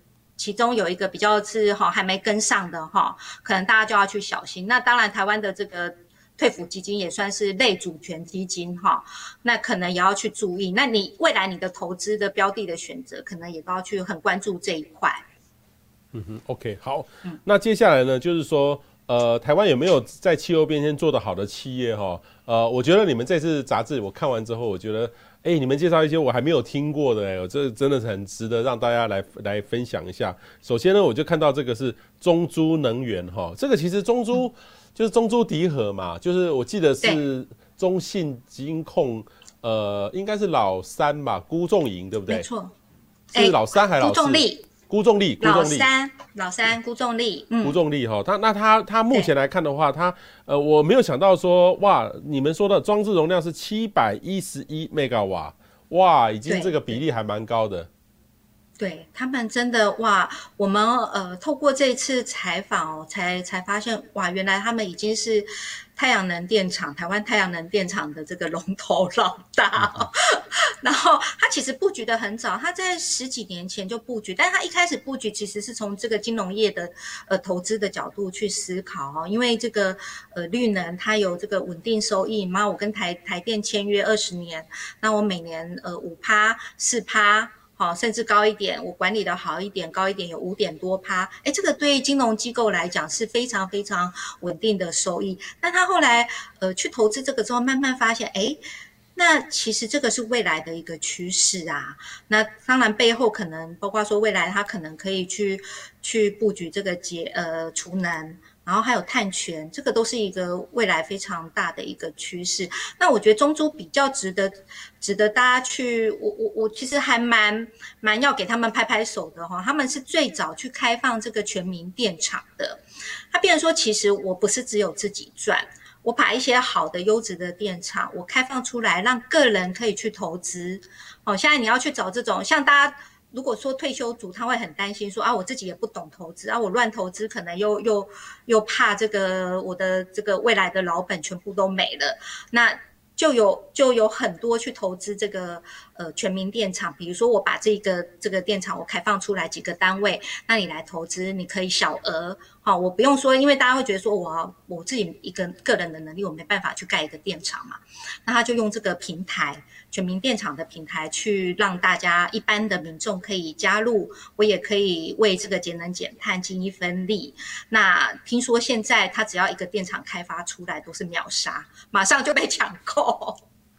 其中有一个比较是哈还没跟上的哈，可能大家就要去小心。那当然，台湾的这个退辅基金也算是类主权基金哈，那可能也要去注意。那你未来你的投资的标的的选择，可能也都要去很关注这一块。 嗯哼 ，OK， 好，嗯、那接下来呢，就是说。呃，台湾有没有在气候变迁做得好的企业哈？呃，我觉得你们这次杂志我看完之后，我觉得，哎，你们介绍一些我还没有听过的，哎，这真的是很值得让大家来来分享一下。首先呢，我就看到这个是中珠能源哈，这个其实中珠、嗯、就是中珠迪和嘛，就是我记得是中信金控，呃，应该是老三吧，辜仲颖对不对？ 没错， 是老三还是老四？辜仲丽。 辜仲丽， 老三，老三，辜仲丽，嗯， 辜仲丽哈，他那他他目前来看的话，他呃，我没有想到说，哇，你们说的装置容量是七百一十一 兆瓦，哇，已经这个比例还蛮高的。 对他们真的哇，我们呃透过这次采访哦，才才发现哇，原来他们已经是太阳能电厂，台湾太阳能电厂的这个龙头老大哦。嗯、然后他其实布局的很早，他在十几年前就布局，但是他一开始布局其实是从这个金融业的呃投资的角度去思考哦，因为这个呃绿能它有这个稳定收益嘛，我跟台台电签约二十年，那我每年呃五趴四趴。好，甚至高一点，我管理的好一点，高一点有五点多趴，哎，这个对金融机构来讲是非常非常稳定的收益。但他后来呃去投资这个之后，慢慢发现，哎，那其实这个是未来的一个趋势啊。那当然背后可能包括说未来他可能可以去去布局这个节呃储能。然后还有碳权，这个都是一个未来非常大的一个趋势。那我觉得中珠比较值得值得大家去，我我我其实还蛮蛮要给他们拍拍手的哈、哦。他们是最早去开放这个全民电厂的。他变成说，其实我不是只有自己赚，我把一些好的优质的电厂我开放出来，让个人可以去投资。哦，现在你要去找这种像大家。如果说退休族他会很担心说啊，我自己也不懂投资啊，我乱投资可能又又又怕这个我的这个未来的老本全部都没了，那就有就有很多去投资这个呃全民电厂，比如说我把这个这个电厂我开放出来几个单位，那你来投资，你可以小额，好、哦，我不用说，因为大家会觉得说我我自己一个个人的能力我没办法去盖一个电厂嘛，那他就用这个平台。全民电厂的平台去让大家一般的民众可以加入，我也可以为这个节能减碳尽一分力。那听说现在它只要一个电厂开发出来都是秒杀，马上就被抢购。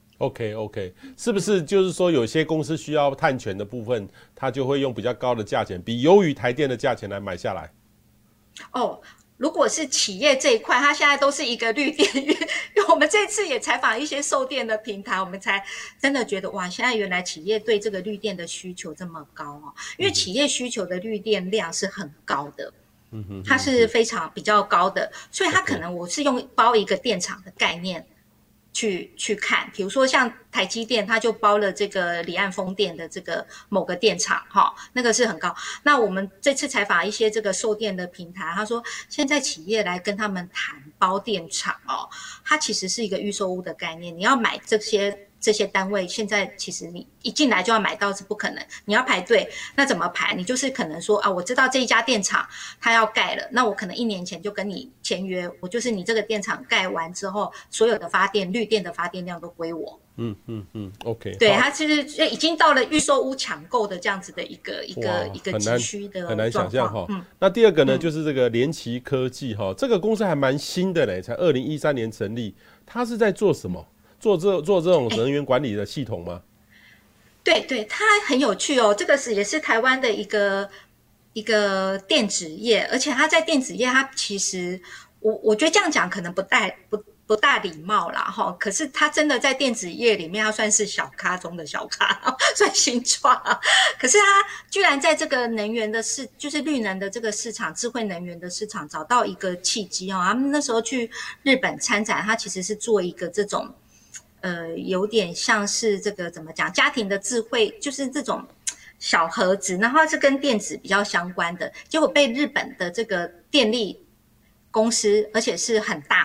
OK OK， 是不是就是说有些公司需要碳权的部分，它就会用比较高的价钱，比优于台电的价钱来买下来？ 哦。如果是企业这一块，它现在都是一个绿电，因为我们这次也采访一些售电的平台，我们才真的觉得哇，现在原来企业对这个绿电的需求这么高哦，因为企业需求的绿电量是很高的，嗯哼，它是非常比较高的，所以它可能我是用包一个电厂的概念。去去看，比如说像台积电，它就包了这个离岸风电的这个某个电厂，哈，那个是很高。那我们这次采访一些这个售电的平台，他说现在企业来跟他们谈包电厂哦，它其实是一个预售屋的概念，你要买这些。这些单位现在其实你一进来就要买到是不可能，你要排队，那怎么排？你就是可能说啊，我知道这一家电厂它要盖了，那我可能一年前就跟你签约，我就是你这个电厂盖完之后，所有的发电绿电的发电量都归我。 嗯嗯嗯 ，OK， 对，它其实已经到了预售屋抢购的这样子的一个一个一个急需的很难想象哈。 嗯， 那第二个呢，嗯、就是这个联奇科技哈，这个公司还蛮新的嘞，才二零一三年成立，它是在做什么？做这做这种能源管理的系统吗？ 对对，它很有趣哦。这个是也是台湾的一个一个电子业，而且它在电子业，它其实我我觉得这样讲可能不带不不大礼貌啦哈。可是它真的在电子业里面，它算是小咖中的小咖，算新创。可是它居然在这个能源的市，就是绿能的这个市场，智慧能源的市场找到一个契机哦。他们那时候去日本参展，它其实是做一个这种。呃，有点像是这个怎么讲，家庭的智慧，就是这种小盒子，然后是跟电子比较相关的，结果被日本的这个电力公司，而且是很大的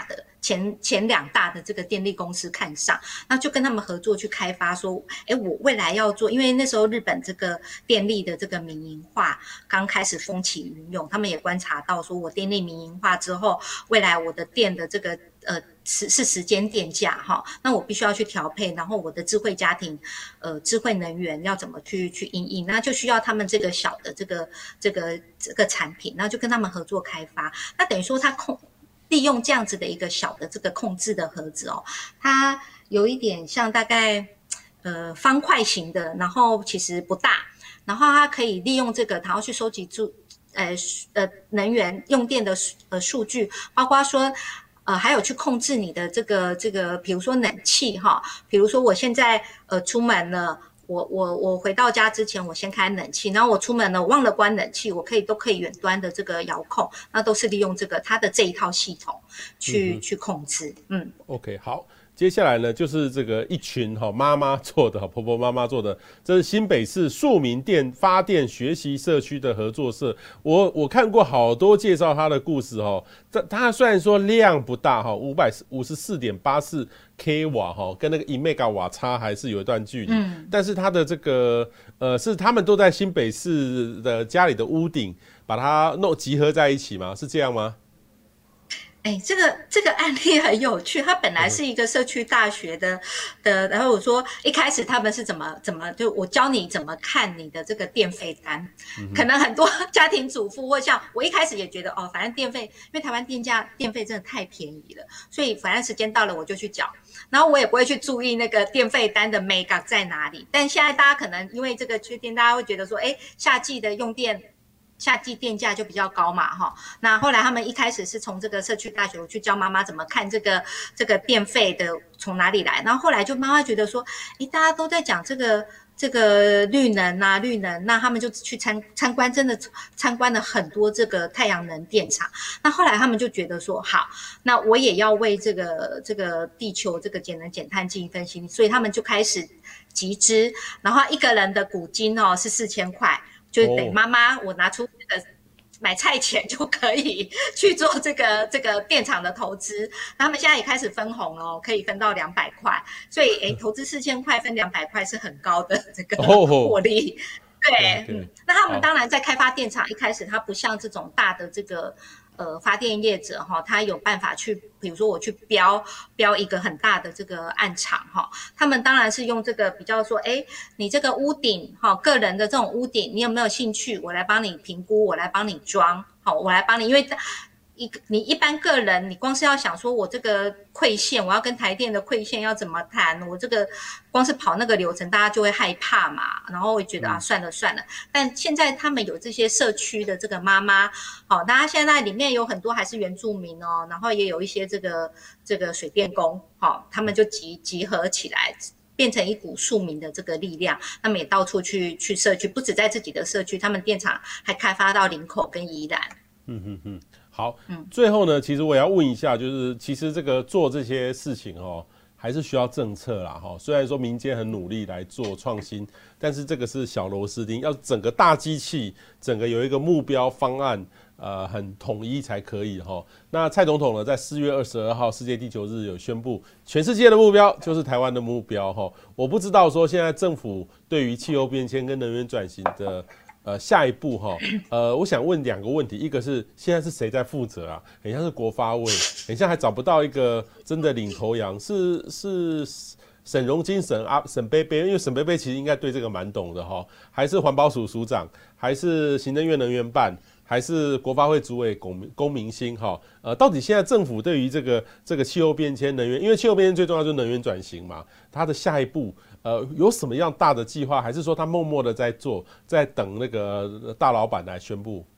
前前两大的这个电力公司看上，那就跟他们合作去开发说，哎，我未来要做，因为那时候日本这个电力的这个民营化刚开始风起云涌，他们也观察到说，我电力民营化之后，未来我的电的这个呃是是时间电价哈，那我必须要去调配，然后我的智慧家庭呃智慧能源要怎么去去因应，那就需要他们这个小的这个这个这个产品，然后就跟他们合作开发，那等于说他控。利用这样子的一个小的这个控制的盒子哦，它有一点像大概呃方块型的，然后其实不大，然后它可以利用这个，然后去收集住呃呃能源用电的呃数据，包括说呃还有去控制你的这个这个，比如说冷气哈，比如说我现在呃出门了。我我我回到家之前，我先开冷气，然后我出门了，我忘了关冷气，我可以都可以远端的这个遥控，那都是利用这个它的这一套系统去、嗯、去控制。嗯 ，OK， 好。接下来呢，就是这个一群哈妈妈做的，婆婆妈妈做的，这是新北市庶民电发电学习社区的合作社。我我看过好多介绍它的故事哈，它它虽然说量不大哈，五百五十四点八四 k 瓦哈，跟那个一 mega 瓦差还是有一段距离。嗯，但是它的这个呃，是他们都在新北市的家里的屋顶把它弄集合在一起吗？是这样吗？ 哎，这个这个案例很有趣，它本来是一个社区大学的的，然后我说一开始他们是怎么怎么就我教你怎么看你的这个电费单，嗯、可能很多家庭主妇或像我一开始也觉得哦，反正电费，因为台湾电价电费真的太便宜了，所以反正时间到了我就去缴，然后我也不会去注意那个电费单的美感在哪里。但现在大家可能因为这个缺电，大家会觉得说，哎，夏季的用电。夏季电价就比较高嘛，哈。那后来他们一开始是从这个社区大学去教妈妈怎么看这个这个电费的从哪里来，然后后来就妈妈觉得说，诶，大家都在讲这个这个绿能啊，绿能，那他们就去参参观，真的参观了很多这个太阳能电厂。那后来他们就觉得说，好，那我也要为这个这个地球这个节能减碳尽一份心，所以他们就开始集资，然后一个人的股金哦是四千块。就等妈妈，我拿出这个买菜钱就可以去做这个这个电厂的投资。他们现在也开始分红了，可以分到两百块，所以诶，投资四千块分两百块是很高的这个获利。Oh. 对，嗯，那他们当然在开发电厂一开始，它不像这种大的这个。呃，发电业者哈，他有办法去，比如说我去标标一个很大的这个案场哈，他们当然是用这个比较说，哎，你这个屋顶哈，个人的这种屋顶，你有没有兴趣？我来帮你评估，我来帮你装，好，我来帮你，因为一你一般个人，你光是要想说我这个馈线，我要跟台电的馈线要怎么谈，我这个光是跑那个流程，大家就会害怕嘛，然后会觉得啊，算了算了。但现在他们有这些社区的这个妈妈，好，大家现在里面有很多还是原住民哦，然后也有一些这个这个水电工，好，他们就集集合起来。变成一股庶民的这个力量，他们也到处去去社区，不止在自己的社区，他们电厂还开发到林口跟宜兰。 嗯嗯嗯，好，嗯，最后呢，其实我也要问一下，就是其实这个做这些事情哦，还是需要政策啦哈。虽然说民间很努力来做创新，但是这个是小螺丝钉，要整个大机器，整个有一个目标方案。呃，很统一才可以哈。那蔡总统呢，在四月二十二号世界地球日有宣布，全世界的目标就是台湾的目标哈。我不知道说现在政府对于气候变迁跟能源转型的呃下一步哈，呃，我想问两个问题，一个是现在是谁在负责啊？很像是国发会，很像还找不到一个真的领头羊，是是。沈荣金、沈阿、沈贝贝，因为沈贝贝其实应该对这个蛮懂的哈，还是环保署署长，还是行政院能源办，还是国发会主委龚龚明鑫哈？呃，到底现在政府对于这个这个气候变迁、能源，因为气候变迁最重要就是能源转型嘛，它的下一步呃有什么样大的计划，还是说他默默的在做，在等那个大老板来宣布？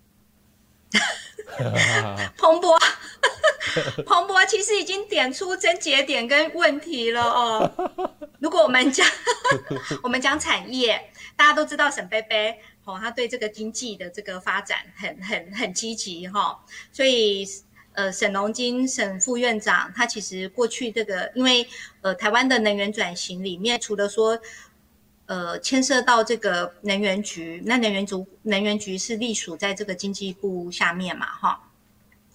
彭博。彭博其实已经点出症结点跟问题了哦。如果我们讲我们讲产业，大家都知道沈贝贝哦，他对这个经济的这个发展很很很积极哈、哦，所以呃沈荣金沈副院长他其实过去这个，因为呃台湾的能源转型里面，除了说呃牵涉到这个能源局，那能源局能源局是隶属在这个经济部下面嘛哈。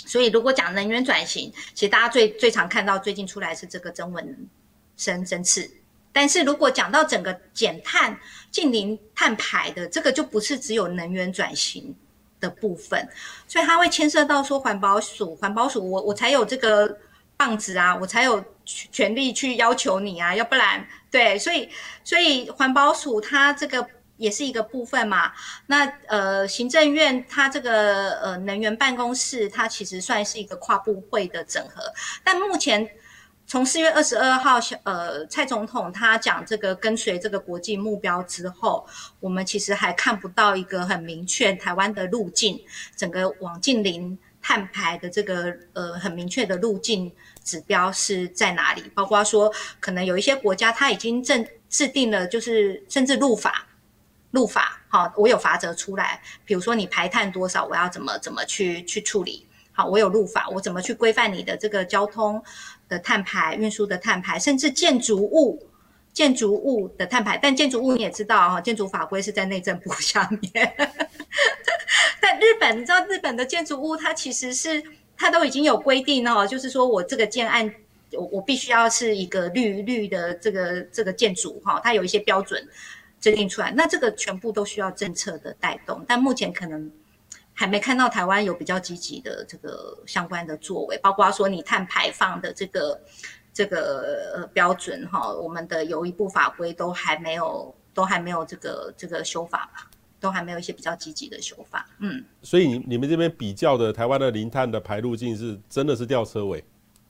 所以如果讲能源转型，其实大家最最常看到最近出来是这个增温升增次。但是如果讲到整个减碳、近零碳排的，这个就不是只有能源转型的部分，所以它会牵涉到说环保署，环保署我我才有这个棒子啊，我才有权利去要求你啊，要不然对，所以所以环保署它这个也是一个部分嘛。那呃，行政院它这个呃能源办公室，它其实算是一个跨部会的整合，但目前。从四月二十二号，呃，蔡总统他讲这个跟随这个国际目标之后，我们其实还看不到一个很明确台湾的路径，整个往近零碳排的这个呃很明确的路径指标是在哪里？包括说，可能有一些国家它已经正制定了，就是甚至入法，入法，好，我有罚则出来，比如说你排碳多少，我要怎么怎么去去处理。好，我有入法，我怎么去规范你的这个交通的碳排、运输的碳排，甚至建筑物、建筑物的碳排。但建筑物你也知道哈，建筑法规是在内政部下面。但日本，你知道日本的建筑物，它其实是它都已经有规定哦，就是说我这个建案，我我必须要是一个绿绿的这个这个建筑哈，它有一些标准制定出来。那这个全部都需要政策的带动，但目前可能。还没看到台湾有比较积极的这个相关的作为，包括说你碳排放的这个这个呃标准哈，我们的有一部法规都还没有都还没有这个这个修法吧，都还没有一些比较积极的修法。嗯， 所以你你们这边比较的台湾的零碳的排路径是真的是吊车尾，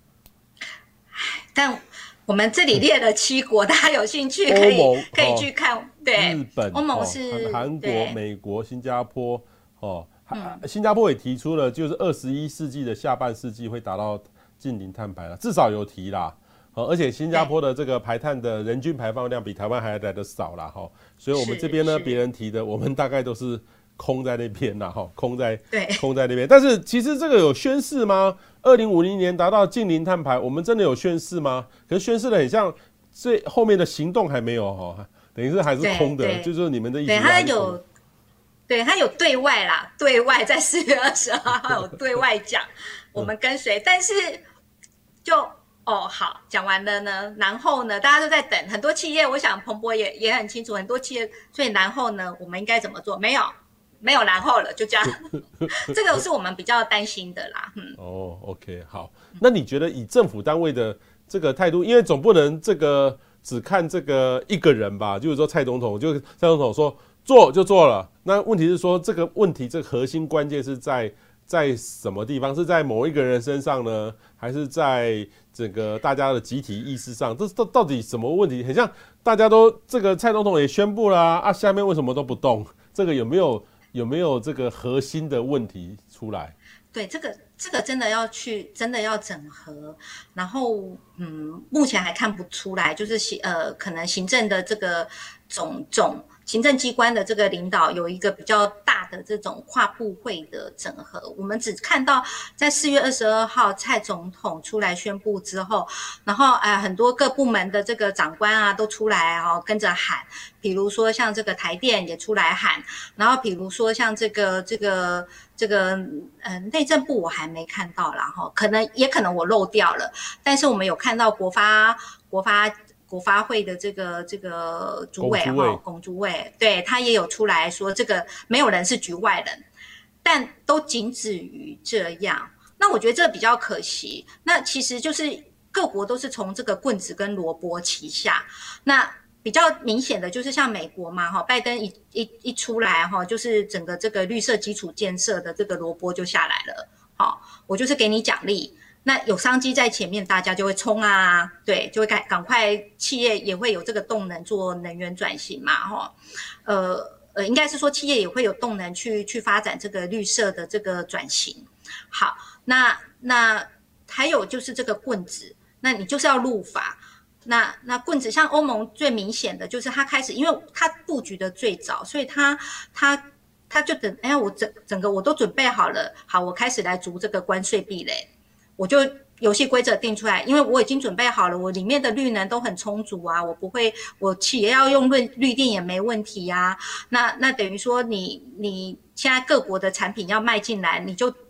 但我们这里列了七国，大家有兴趣可以可以去看。哦、对， 日本、 欧盟是韩、哦、国、美国、新加坡哦。嗯、新加坡也提出了，就是二十一世纪的下半世纪会达到近零碳排了，至少有提啦。哦、而且新加坡的这个排碳的人均排放量比台湾还来得少啦，哈。所以我们这边呢，别人提的，我们大概都是空在那边啦，哈，空在空在那边。但是其实这个有宣示吗？二零五零年达到近零碳排，我们真的有宣示吗？可是宣示的很像，最后面的行动还没有哈，等于是还是空的，就是你们的意思。 对，它有。对，他有对外啦，对外在四月二十二号有对外讲，我们跟随，但是就哦好讲完了呢，然后呢，大家都在等，很多企业，我想彭博也也很清楚，很多企业，所以然后呢，我们应该怎么做？没有，没有然后了，就这样，这个是我们比较担心的啦。嗯， 哦 ，OK， 好，那你觉得以政府单位的这个态度，因为总不能这个只看这个一个人吧？就是说蔡总统，就蔡总统说。做就做了，那问题是说这个问题，这个核心关键是在在什么地方？是在某一个人身上呢，还是在整个大家的集体意识上？这到到底什么问题？很像大家都这个蔡总统也宣布了啊，啊下面为什么都不动？这个有没有有没有这个核心的问题出来？ 对，这个这个真的要去，真的要整合，然后嗯，目前还看不出来，就是呃，可能行政的这个总总。行政机关的这个领导有一个比较大的这种跨部会的整合，我们只看到在四月二十二号蔡总统出来宣布之后，然后呃很多各部门的这个长官啊都出来哦跟着喊，比如说像这个台电也出来喊，然后比如说像这个这个这个呃内政部我还没看到啦哈，可能也可能我漏掉了，但是我们有看到国发国发。国发会的这个这个主委哈，龚主委，对他也有出来说，这个没有人是局外人，但都仅止于这样。那我觉得这比较可惜。那其实就是各国都是从这个棍子跟萝卜齐下。那比较明显的就是像美国嘛，哈，拜登一一一出来哈，就是整个这个绿色基础建设的这个萝卜就下来了。好，我就是给你奖励。那有商机在前面，大家就会冲啊，对，就会赶赶快，企业也会有这个动能做能源转型嘛，哈，呃呃，应该是说企业也会有动能去去发展这个绿色的这个转型。好，那那还有就是这个棍子，那你就是要入法。那那棍子像欧盟最明显的就是它开始，因为它布局的最早，所以它它它就等，哎呀，我整整个我都准备好了，好，我开始来逐这个关税壁垒。我就游戏规则定出来，因为我已经准备好了，我里面的绿能都很充足啊，我不会，我企业要用绿绿电也没问题啊。那那等于说你你现在各国的产品要卖进来，你就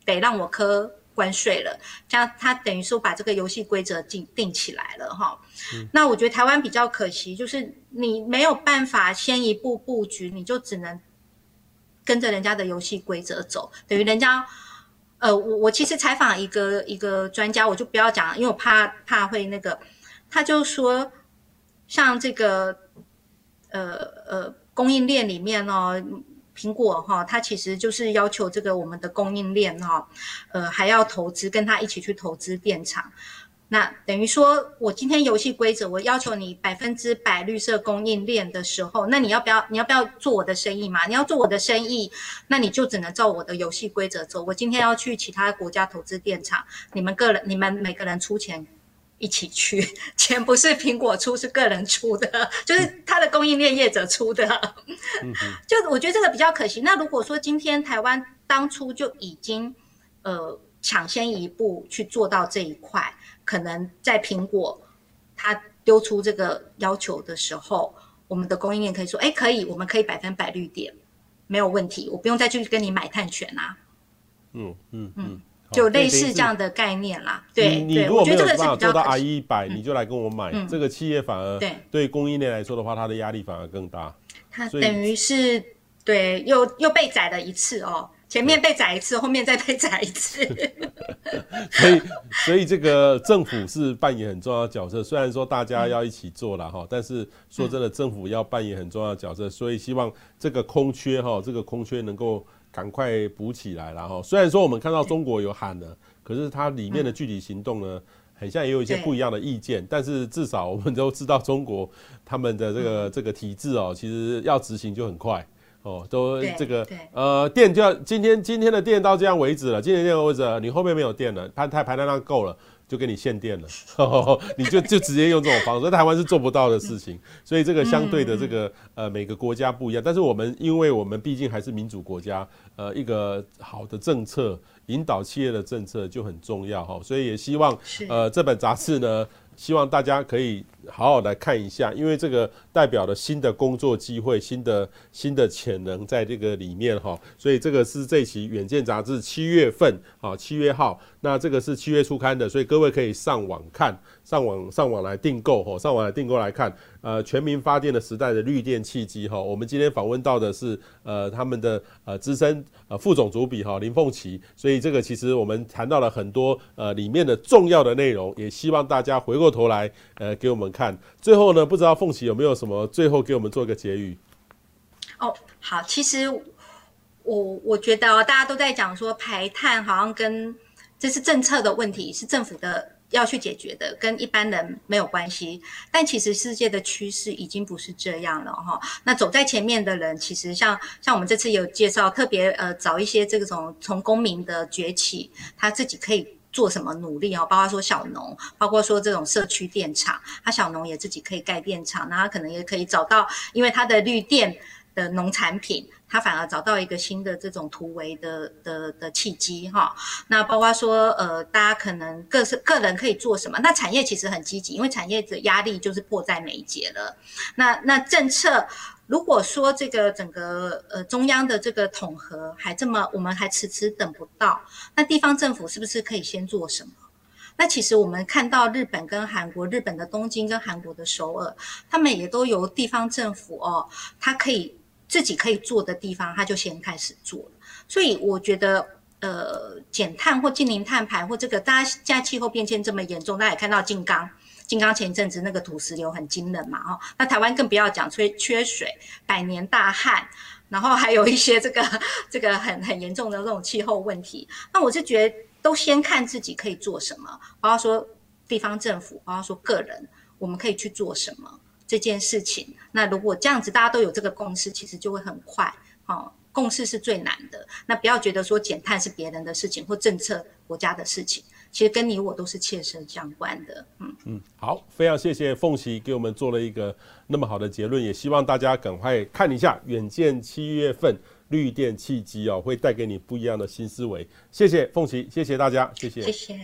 得让我科关税了，这样他等于说把这个游戏规则定定起来了哈、嗯。那我觉得台湾比较可惜，就是你没有办法先一步布局，你就只能跟着人家的游戏规则走，等于人家。呃，我我其实采访一个一个专家，我就不要讲，因为我怕怕会那个，他就说，像这个呃呃供应链里面哦，苹果哈、哦，它其实就是要求这个我们的供应链哈、哦，呃还要投资，跟他一起去投资电厂。那等于说，我今天游戏规则，我要求你百分之百绿色供应链的时候，那你要不要？你要不要做我的生意嘛？你要做我的生意，那你就只能照我的游戏规则走。我今天要去其他国家投资电厂，你们个人，你们每个人出钱一起去，钱不是苹果出，是个人出的，就是他的供应链业者出的。嗯、就我觉得这个比较可惜。那如果说今天台湾当初就已经呃抢先一步去做到这一块。可能在苹果它丢出这个要求的时候，我们的供应链可以说，哎，可以，我们可以百分百绿电，没有问题，我不用再去跟你买碳权啦。嗯嗯嗯，就类似这样的概念啦。对， 你如果没有办法做到 I E 一百，你就来跟我买，嗯、这个企业反而对供应链来说的话，它的压力反而更大。 它等于是对又又被宰了一次哦。前面被宰一次，后面再被宰一次。 所以，所以这个政府是扮演很重要的角色。虽然说大家要一起做啦哈，但是说真的，政府要扮演很重要的角色。所以希望这个空缺哈，这个空缺能够赶快补起来啦哈。虽然说我们看到中国有喊了，可是它里面的具体行动呢，很像也有一些不一样的意见。但是至少我们都知道，中国他们的这个这个体制哦，其实要执行就很快。哦，都这个呃电就要今天今天的电到这样为止了，今天的电为止了，你后面没有电了，排排排单量够了，就给你限电了，哦、你就就直接用这种方式，台湾是做不到的事情，所以这个相对的这个呃每个国家不一样，但是我们因为我们毕竟还是民主国家，呃一个好的政策引导企业的政策就很重要哈，所以也希望呃这本杂志呢。希望大家可以好好来看一下，因为这个代表了新的工作机会、新的新的潜能在这个里面哈，所以这个是这期《远见》杂志七月份啊七月号，那这个是七月初刊的，所以各位可以上网看，上网上网来订购哈，上网来订购来看，呃，全民发电的时代的绿电契机哈。我们今天访问到的是呃他们的呃资深呃副总主笔哈林凤琪，所以这个其实我们谈到了很多呃里面的重要的内容，也希望大家回过头来呃给我们看。最后呢，不知道凤琪有没有什么最后给我们做一个结语？ 哦，好，其实我我觉得、哦、大家都在讲说排碳好像跟这是政策的问题，是政府的要去解决的，跟一般人没有关系。但其实世界的趋势已经不是这样了哈。那走在前面的人，其实像像我们这次有介绍，特别呃找一些这种从公民的崛起，他自己可以做什么努力哦，包括说小农，包括说这种社区电厂，他小农也自己可以盖电厂，那他可能也可以找到，因为他的绿电的农产品，他反而找到一个新的这种突围的的的契机哈。那包括说呃，大家可能个个人可以做什么？那产业其实很积极，因为产业的压力就是迫在眉睫了。那那政策。如果说这个整个呃中央的这个统合还这么，我们还迟迟等不到，那地方政府是不是可以先做什么？那其实我们看到日本跟韩国，日本的东京跟韩国的首尔，他们也都由地方政府哦，他可以自己可以做的地方，他就先开始做了。所以我觉得。呃，减碳或近零碳排或这个，大家现在气候变迁这么严重，大家也看到静冈，静冈前一阵子那个土石流很惊人嘛，哦，那台湾更不要讲，缺缺水、百年大旱，然后还有一些这个这个很很严重的这种气候问题。那我是觉得，都先看自己可以做什么，包括说地方政府，包括说个人，我们可以去做什么这件事情。那如果这样子大家都有这个共识，其实就会很快，哦。共识是最难的，那不要觉得说减碳是别人的事情或政策国家的事情，其实跟你我都是切身相关的。嗯嗯， 好，非常谢谢凤琪给我们做了一个那么好的结论，也希望大家赶快看一下远见七月份绿电契机哦，会带给你不一样的新思维。谢谢凤琪，谢谢大家，谢谢， 谢谢。